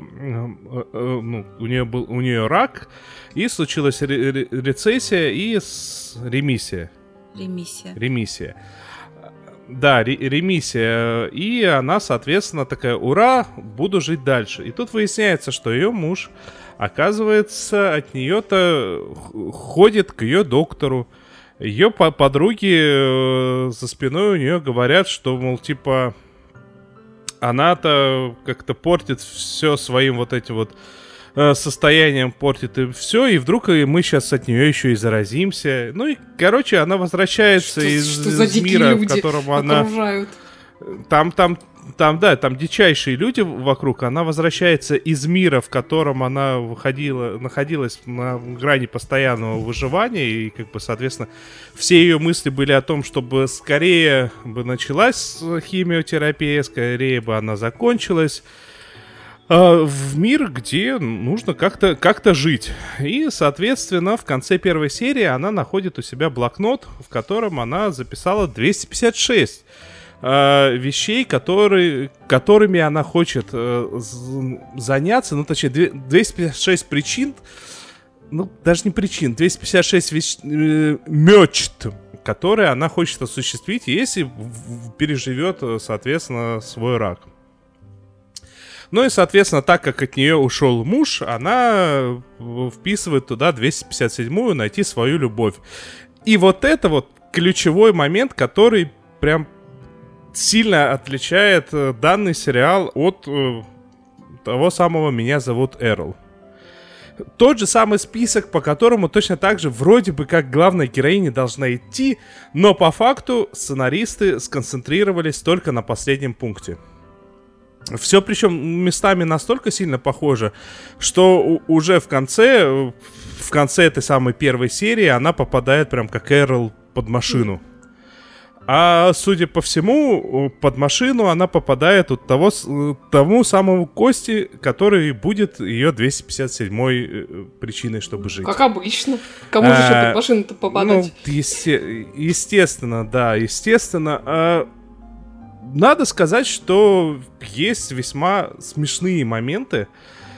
нее рак, и случилась рецессия и ремиссия. Ремиссия. Да, ремиссия. И она, соответственно, такая: ура, буду жить дальше. И тут выясняется, что ее муж, оказывается, от нее-то ходит к ее доктору. Ее подруги за спиной у нее говорят, что, мол, типа, она-то как-то портит все своим вот этим вот состоянием, портит и все, и вдруг мы сейчас от нее еще и заразимся. Ну и, короче, она возвращается из мира, в котором окружают. Там дичайшие люди вокруг. Она возвращается из мира, в котором она находилась на грани постоянного выживания. И, как бы, соответственно, все ее мысли были о том, чтобы скорее бы началась химиотерапия, скорее бы она закончилась. В мир, где нужно как-то жить. И, соответственно, в конце первой серии она находит у себя блокнот, в котором она записала 256 вещей, которыми она хочет заняться, ну, точнее, 256 причин, ну, даже не причин, 256 мечт, которые она хочет осуществить, если переживет, соответственно, свой рак. Ну и, соответственно, так как от нее ушел муж, она вписывает туда 257-ю «Найти свою любовь». И вот это вот ключевой момент, который прям сильно отличает данный сериал от того самого «Меня зовут Эрл». Тот же самый список, по которому точно так же вроде бы как главная героиня должна идти, но по факту сценаристы сконцентрировались только на последнем пункте. Все причем местами настолько сильно похоже, что уже в конце этой самой первой серии она попадает прям как Эрл под машину. А судя по всему, под машину она попадает от тому самому Кости, который будет ее 257-й причиной, чтобы жить. Как обычно. Кому же еще под машину-то попадать? Ну, естественно, да, естественно. Надо сказать, что есть весьма смешные моменты,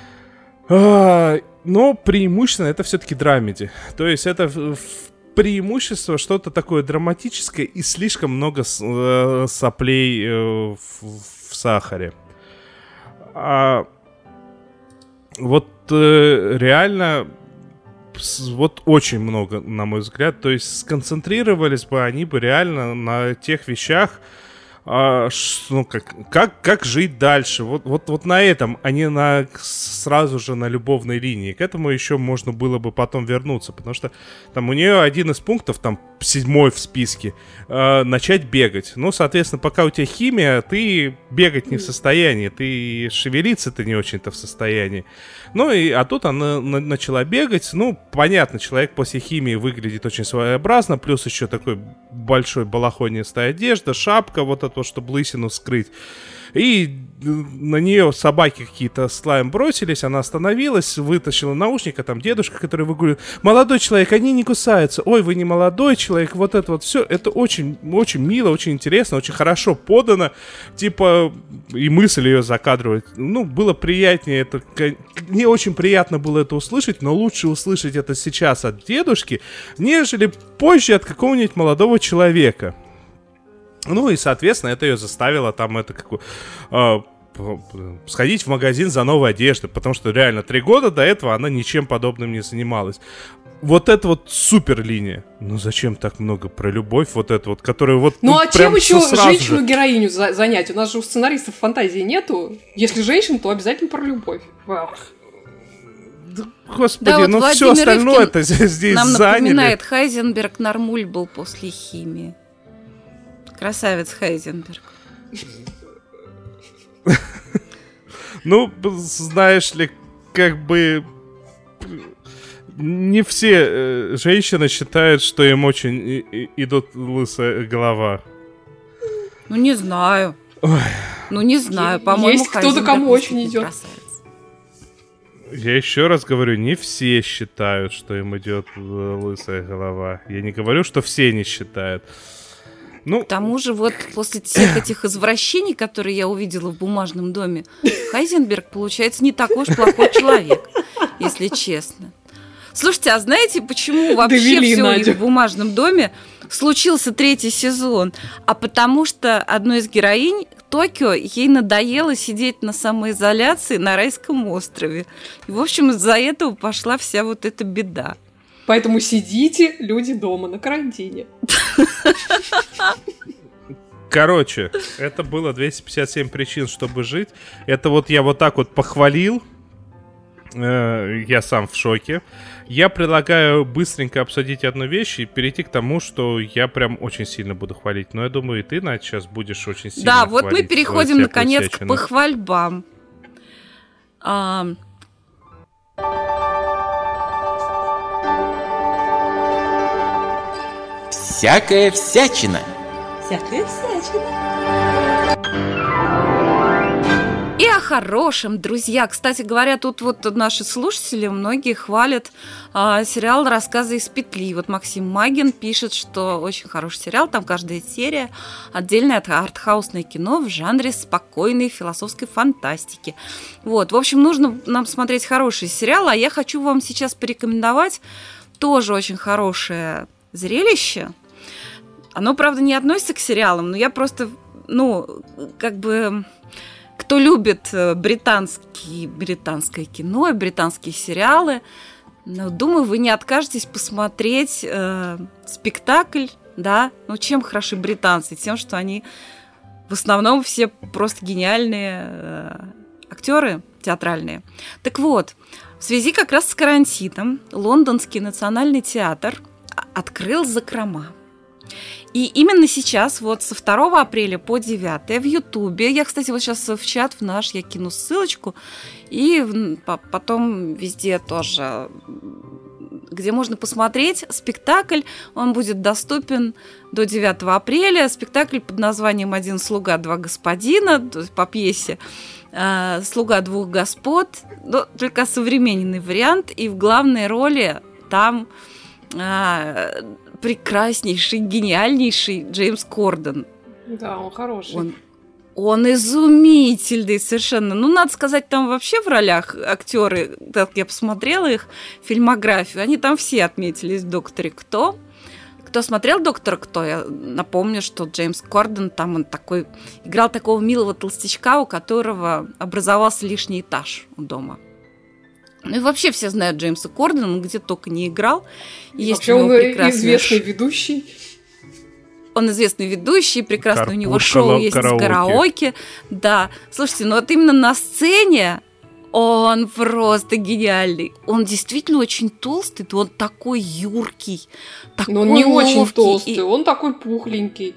но преимущественно это все-таки драмеди. То есть это преимущество что-то такое драматическое и слишком много соплей в сахаре. Реально, вот очень много, на мой взгляд. То есть сконцентрировались бы они бы реально на тех вещах, как жить дальше. Вот на этом, а не сразу же на любовной линии. К этому еще можно было бы потом вернуться, потому что там у нее один из пунктов, там 7-й в списке, начать бегать. Ну, соответственно, пока у тебя химия, ты бегать не в состоянии, ты шевелиться ты не очень-то в состоянии. Ну, а тут она начала бегать. Ну, понятно, человек после химии выглядит очень своеобразно, плюс еще такой большой балахонистая одежда, шапка, вот это, чтобы лысину скрыть. И на нее собаки какие-то с лаем бросились, она остановилась, вытащила наушник, а там дедушка, который выгуливает: молодой человек, они не кусаются. Ой, вы не молодой человек, вот это вот все. Это очень, очень мило, очень интересно, очень хорошо подано. Типа, и мысль ее закадровать. Ну, было приятнее это. Мне очень приятно было это услышать, но лучше услышать это сейчас от дедушки, нежели позже от какого-нибудь молодого человека. Ну и, соответственно, это ее заставило там сходить в магазин за новой одеждой, потому что реально 3 года до этого она ничем подобным не занималась. Вот это вот супер линия. Ну зачем так много про любовь, вот это вот, которая вот... Ну а чем еще женщину-героиню занять? У нас же у сценаристов фантазии нету. Если женщина, то обязательно про любовь. Господи, да, ну вот все остальное это здесь нам заняли. Напоминает, Хайзенберг нормуль был после химии. Красавец Хайзенберг. Ну, знаешь ли, как бы не все женщины считают, что им очень идут лысая голова. Ну, не знаю. Ой. Ну, не знаю. По-моему, есть кто-то, кому очень идет. Красавец. Я еще раз говорю, не все считают, что им идет лысая голова. Я не говорю, что все не считают. Ну, к тому же, вот после всех этих извращений, которые я увидела в «Бумажном доме», Хайзенберг, получается, не такой уж плохой человек, если честно. Слушайте, а знаете, почему вообще все у них в «Бумажном доме» случился 3-й сезон? А потому что одной из героинь, Токио, ей надоело сидеть на самоизоляции на райском острове. И, в общем, из-за этого пошла вся вот эта беда. Поэтому сидите, люди, дома на карантине. Короче, это было 257 причин, чтобы жить. Это вот я вот так вот похвалил. Я сам в шоке. Я предлагаю быстренько обсудить одну вещь и перейти к тому, что я прям очень сильно буду хвалить. Но я думаю, и ты, Надь, сейчас будешь очень сильно Да, хвалить. вот мы переходим наконец к похвальбам. Всякая всячина. Всякая всячина. И о хорошем, друзья. Кстати говоря, тут вот наши слушатели, многие хвалят сериал «Рассказы из петли». Вот Максим Магин пишет, что очень хороший сериал, там каждая серия отдельное артхаусное кино в жанре спокойной философской фантастики. Вот, в общем, нужно нам смотреть хорошие сериалы, а я хочу вам сейчас порекомендовать тоже очень хорошее зрелище. Оно, правда, не относится к сериалам, но я просто, кто любит британское кино и британские сериалы, думаю, вы не откажетесь посмотреть спектакль, да? Чем хороши британцы? Тем, что они в основном все просто гениальные актеры театральные. Так вот, в связи как раз с карантином Лондонский национальный театр открыл закрома. И именно сейчас, вот со 2 апреля по 9 в Ютубе, я, кстати, вот сейчас в чат в наш я кину ссылочку, и потом везде тоже, где можно посмотреть спектакль, он будет доступен до 9 апреля. Спектакль под названием «Один слуга, два господина», то есть по пьесе «Слуга двух господ», но только современный вариант, и в главной роли там прекраснейший, гениальнейший Джеймс Корден. Да, он хороший. Он изумительный совершенно. Надо сказать, там вообще в ролях актеры, так я посмотрела их фильмографию, они там все отметились в «Докторе Кто». Кто смотрел «Доктора Кто», я напомню, что Джеймс Корден, там он такой, играл такого милого толстячка, у которого образовался лишний этаж у дома. И вообще все знают Джеймса Кордена, он где только не играл. Есть вообще он известный ведущий. Он известный ведущий, прекрасно у него шоу есть с караоке. Да, слушайте, вот именно на сцене он просто гениальный. Он действительно очень толстый, он такой юркий, такой но он не ловкий, очень толстый, он такой пухленький.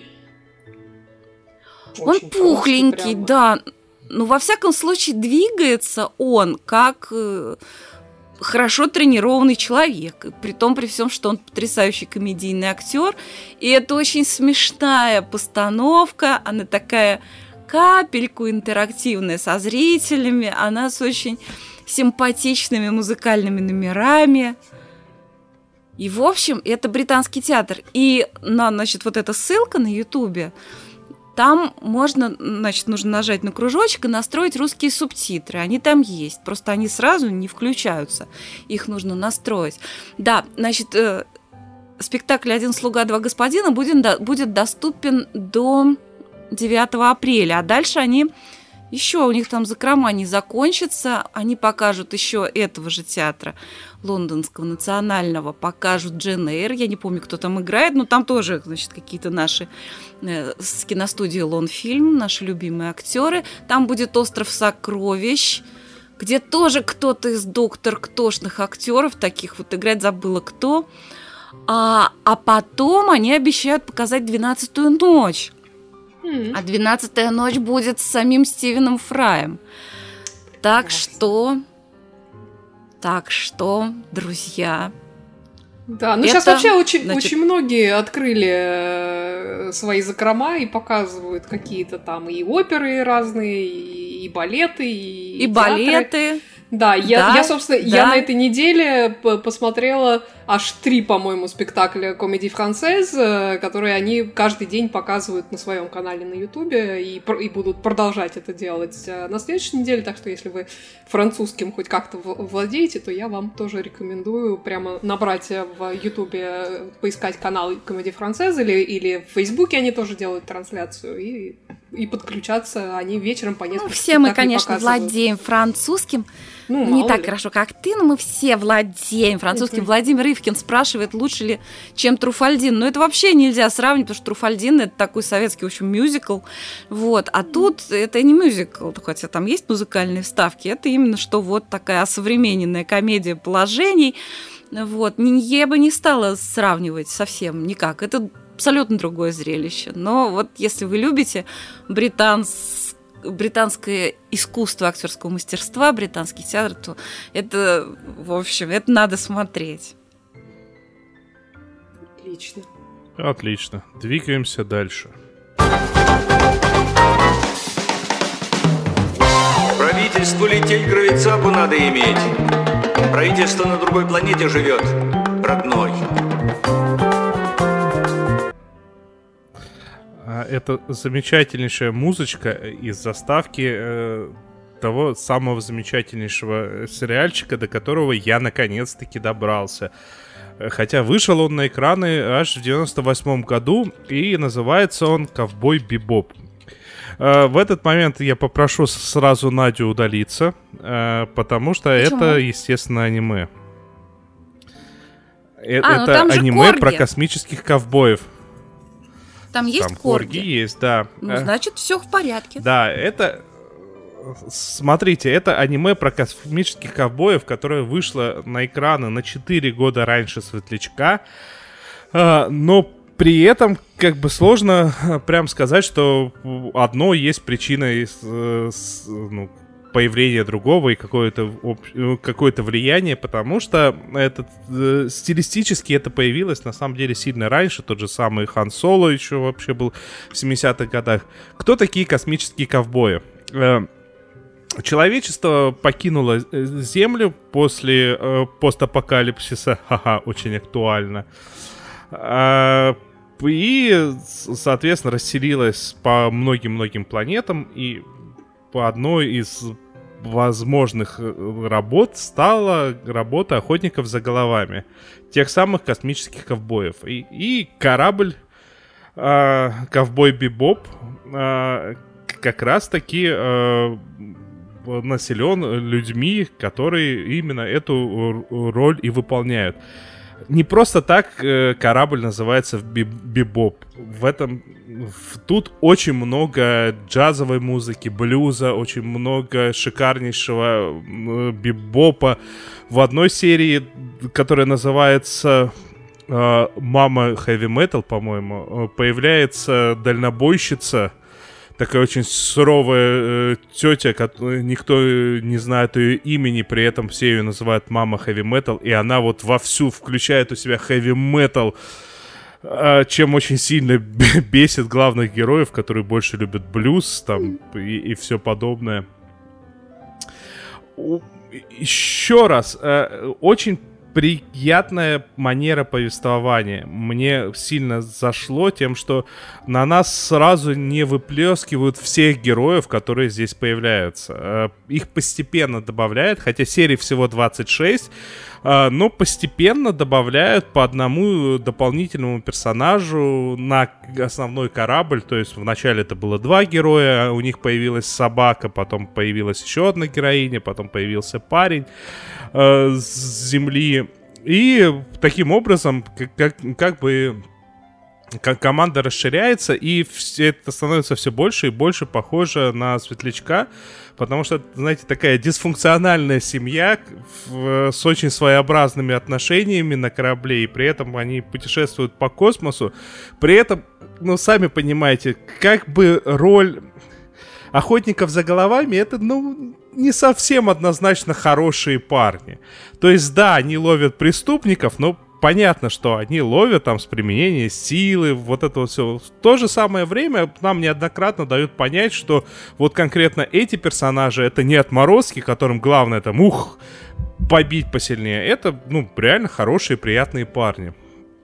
Он очень пухленький, да. Во всяком случае, двигается он как хорошо тренированный человек. Притом при всем, что он потрясающий комедийный актер. И это очень смешная постановка. Она такая капельку интерактивная со зрителями. Она с очень симпатичными музыкальными номерами. И, в общем, это британский театр. И, вот эта ссылка на Ютубе, там нужно нажать на кружочек и настроить русские субтитры. Они там есть, просто они сразу не включаются. Их нужно настроить. Да, спектакль «Один слуга, два господина» будет доступен до 9 апреля. А дальше у них там закрома не закончатся. Они покажут еще этого же театра Лондонского национального, покажут Джейн Эйр. Я не помню, кто там играет, но там тоже, какие-то наши с киностудии Лонфильм, наши любимые актеры. Там будет «Остров сокровищ», где тоже кто-то из «Доктор Ктошных» актеров таких вот играет, забыла кто. А потом они обещают показать «12-ю ночь». А 12-я ночь будет с самим Стивеном Фраем. Так что, друзья. Да, сейчас вообще очень многие открыли свои закрома и показывают какие-то там и оперы разные, и балеты, и балеты. Да, я, собственно, я на этой неделе посмотрела аж 3, по-моему, спектакля «Комедии франсез», которые они каждый день показывают на своем канале на Ютубе и будут продолжать это делать на следующей неделе, так что если вы французским хоть как-то владеете, то я вам тоже рекомендую прямо набрать в Ютубе, поискать канал «Комедии франсез» или в Фейсбуке они тоже делают трансляцию, и подключаться, они вечером по несколько все мы, конечно, владеем французским. Не так хорошо, как ты, но мы все владеем французским. Владимир Рывкин спрашивает, лучше ли, чем Труффальдино. Но это вообще нельзя сравнить, потому что Труффальдино — это такой советский, в общем, мюзикл. Вот. А тут это не мюзикл, хотя там есть музыкальные вставки. Это именно что вот такая осовремененная комедия положений. Вот. Я бы не стала сравнивать совсем никак. Это абсолютно другое зрелище. Но вот если вы любите британское искусство актерского мастерства, британский театр, то это, в общем, это надо смотреть. Отлично. Отлично. Двигаемся дальше. Правительству лететь гравицапу надо иметь. Правительство на другой планете живет, родной. Это замечательнейшая музычка из заставки того самого замечательнейшего сериальчика, до которого я наконец-таки добрался. Хотя вышел он на экраны аж в 98 году, и называется он «Ковбой Бибоп». В этот момент я попрошу сразу Надю удалиться, потому что Почему? это, естественно, аниме. Ну Это там же аниме корги. про космических ковбоев. Там есть Там корги? есть, да. Ну, значит, все в порядке. Да, это... Смотрите, это аниме про космических ковбоев, которое вышло на экраны на 4 года раньше «Светлячка». Но при этом, как бы, сложно прям сказать, что одно есть причиной появления другого и какое-то влияние, потому что стилистически это появилось на самом деле сильно раньше. Тот же самый Хан Соло еще вообще был в 70-х годах. Кто такие космические ковбои? Человечество покинуло Землю после постапокалипсиса. Ха-ха, очень актуально. И, соответственно, расселилось по многим-многим планетам. И по одной из возможных работ стала работа охотников за головами. Тех самых космических ковбоев. И корабль «Ковбой Бибоп» как раз-таки населен людьми, которые именно эту роль и выполняют. Не просто так корабль называется «Бибоп». Тут очень много джазовой музыки, блюза, очень много шикарнейшего бибопа. В одной серии, которая называется «Мама Heavy Metal», по-моему, появляется дальнобойщица, такая очень суровая тетя, никто не знает ее имени, при этом все ее называют «Мама Heavy Metal», и она вот вовсю включает у себя Heavy Metal, чем очень сильно бесит главных героев, которые больше любят блюз там, и все подобное. Еще раз, очень приятная манера повествования. Мне сильно зашло тем, что на нас сразу не выплескивают всех героев, которые здесь появляются. Их постепенно добавляют, хотя серий всего 26, но постепенно добавляют по одному дополнительному персонажу на основной корабль. То есть вначале это было 2 героя, у них появилась собака, потом появилась еще одна героиня, потом появился парень с Земли. И таким образом команда расширяется, и это становится все больше и больше похоже на Светлячка, потому что, знаете, такая дисфункциональная семья с очень своеобразными отношениями на корабле, и при этом они путешествуют по космосу. При этом, ну, сами понимаете, как бы роль охотников за головами — это, ну, не совсем однозначно хорошие парни. То есть, да, они ловят преступников, но понятно, что они ловят там с применением силы, вот это вот все. В то же самое время нам неоднократно дают понять, что вот конкретно эти персонажи — это не отморозки, которым главное там, побить посильнее. Это, ну, реально хорошие, приятные парни.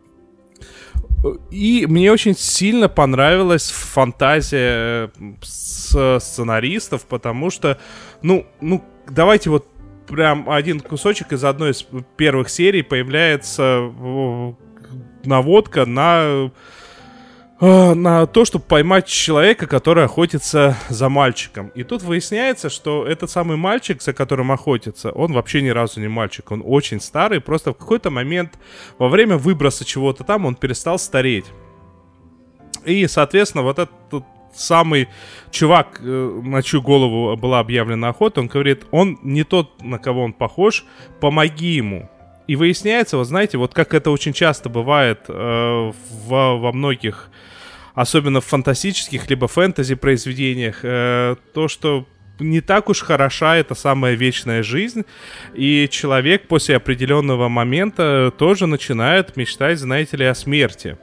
И мне очень сильно понравилась фантазия сценаристов, потому что, ну, давайте вот прям один кусочек из одной из первых серий появляется наводка на на то, чтобы поймать человека, который охотится за мальчиком. И тут выясняется, что этот самый мальчик, за которым охотится, он вообще ни разу не мальчик. Он очень старый, просто в какой-то момент во время выброса чего-то там он перестал стареть. И, соответственно, вот этот самый чувак, на чью голову была объявлена охота, он говорит, он не тот, на кого он похож, помоги ему. И выясняется, вот знаете, вот как это очень часто бывает во многих, особенно в фантастических либо фэнтези произведениях, то, что не так уж хороша эта самая вечная жизнь, и человек после определенного момента тоже начинает мечтать, знаете ли, о смерти.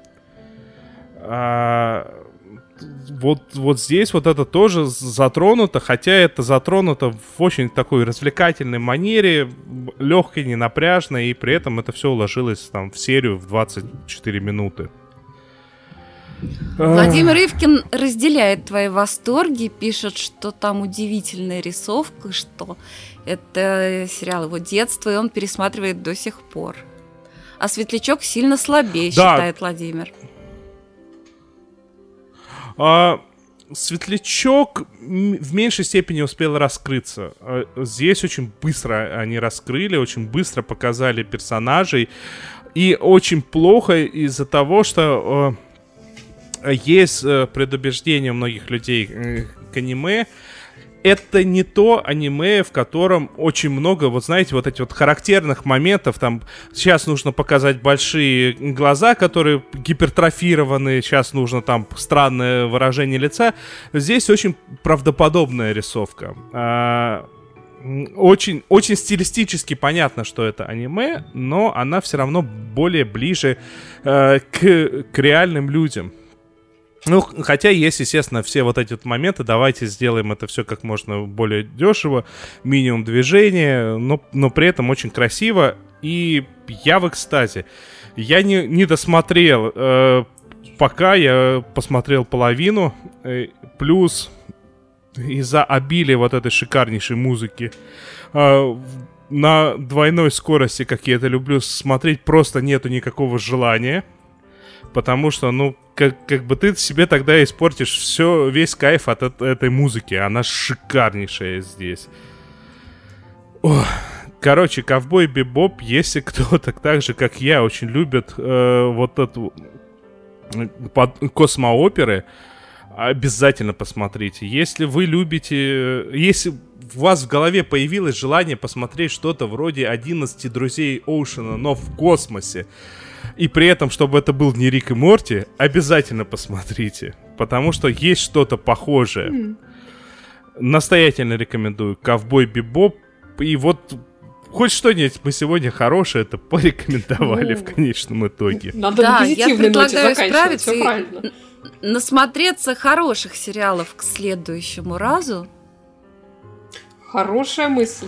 Вот здесь вот это тоже затронуто, хотя это затронуто в очень такой развлекательной манере, легкой, ненапряжной, и при этом это все уложилось там в серию в 24 минуты. Владимир Ивкин разделяет твои восторги, пишет, что там удивительная рисовка, что это сериал его детства, и он пересматривает до сих пор. А Светлячок сильно слабее, считает Владимир. Светлячок в меньшей степени успел раскрыться. Здесь очень быстро они раскрыли, очень быстро показали персонажей. И очень плохо из-за того, что есть предубеждение у многих людей к аниме. Это не то аниме, в котором очень много, вот знаете, вот этих вот характерных моментов. Там сейчас нужно показать большие глаза, которые гипертрофированы, сейчас нужно там странное выражение лица. Здесь очень правдоподобная рисовка. Очень, очень стилистически понятно, что это аниме, но она все равно более ближе к реальным людям. Ну, хотя есть, естественно, все вот эти вот моменты. Давайте сделаем это все как можно более дешево, минимум движения, но при этом очень красиво. И я в экстазе. Я не досмотрел, пока я посмотрел половину, плюс из-за обилия вот этой шикарнейшей музыки на двойной скорости, как я это люблю, смотреть просто нету никакого желания. Потому что, ну, как бы ты себе тогда испортишь весь кайф от этой музыки. Она шикарнейшая здесь. Короче, Ковбой Бибоп, если кто-то так же, как я, очень любит вот эту космооперы, обязательно посмотрите. Если вы любите... Если у вас в голове появилось желание посмотреть что-то вроде 11 друзей Оушена, но в космосе, и при этом, чтобы это был не Рик и Морти, обязательно посмотрите. Потому что есть что-то похожее. Настоятельно рекомендую. Ковбой Бибоп. И вот хоть что-нибудь мы сегодня хорошее это порекомендовали в конечном итоге. Надо на позитивной ноте заканчивать, все правильно. Насмотреться хороших сериалов к следующему разу. Хорошая мысль.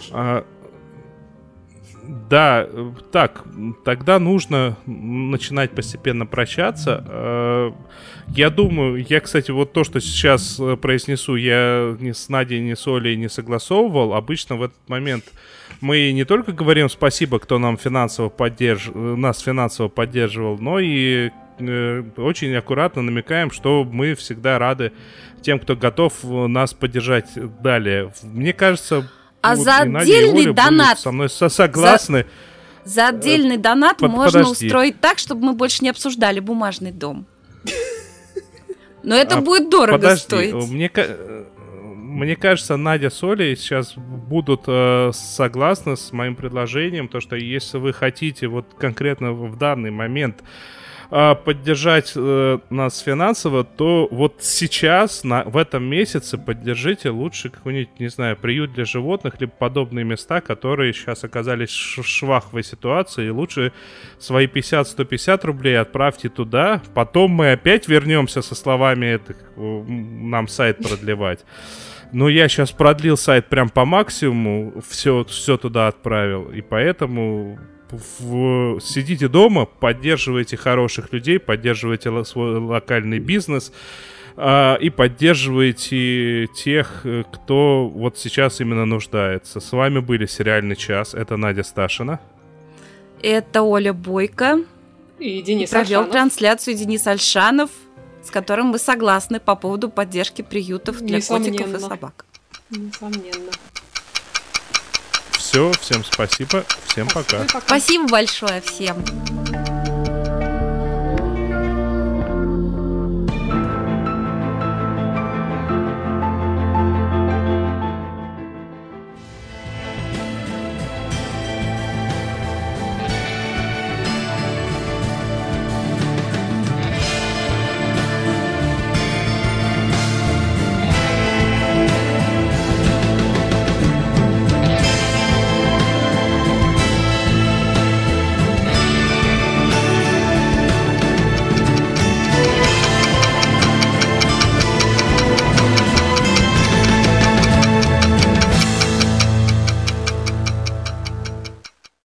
Да, так, тогда нужно начинать постепенно прощаться. Я думаю, кстати, вот то, что сейчас произнесу, я ни с Надей, ни с Олей не согласовывал. Обычно в этот момент мы не только говорим спасибо, кто нас финансово поддерживал, но и очень аккуратно намекаем, что мы всегда рады тем, кто готов нас поддержать далее. Мне кажется... А вот за отдельный донат со мной согласны. За отдельный донат можно устроить так, чтобы мы больше не обсуждали бумажный дом. Но это будет дорого стоить. Мне кажется, Надя с Олей сейчас будут согласны с моим предложением, то что если вы хотите вот конкретно в данный момент поддержать нас финансово, то вот сейчас, в этом месяце, поддержите лучше какой-нибудь, не знаю, приют для животных, либо подобные места, которые сейчас оказались в шваховой ситуации, и лучше свои 50-150 рублей отправьте туда, потом мы опять вернемся со словами нам сайт продлевать. Но я сейчас продлил сайт прям по максимуму, все туда отправил, и поэтому... Сидите дома, поддерживайте хороших людей, поддерживайте свой локальный бизнес и поддерживайте тех, кто вот сейчас именно нуждается. С вами были «Сериальный час». Это Надя Сташина. Это Оля Бойко. И Денис Провел Альшанов. трансляцию Денис Альшанов. с которым мы согласны по поводу поддержки приютов для котиков и собак. Несомненно. Все, всем спасибо, всем пока. Спасибо большое всем.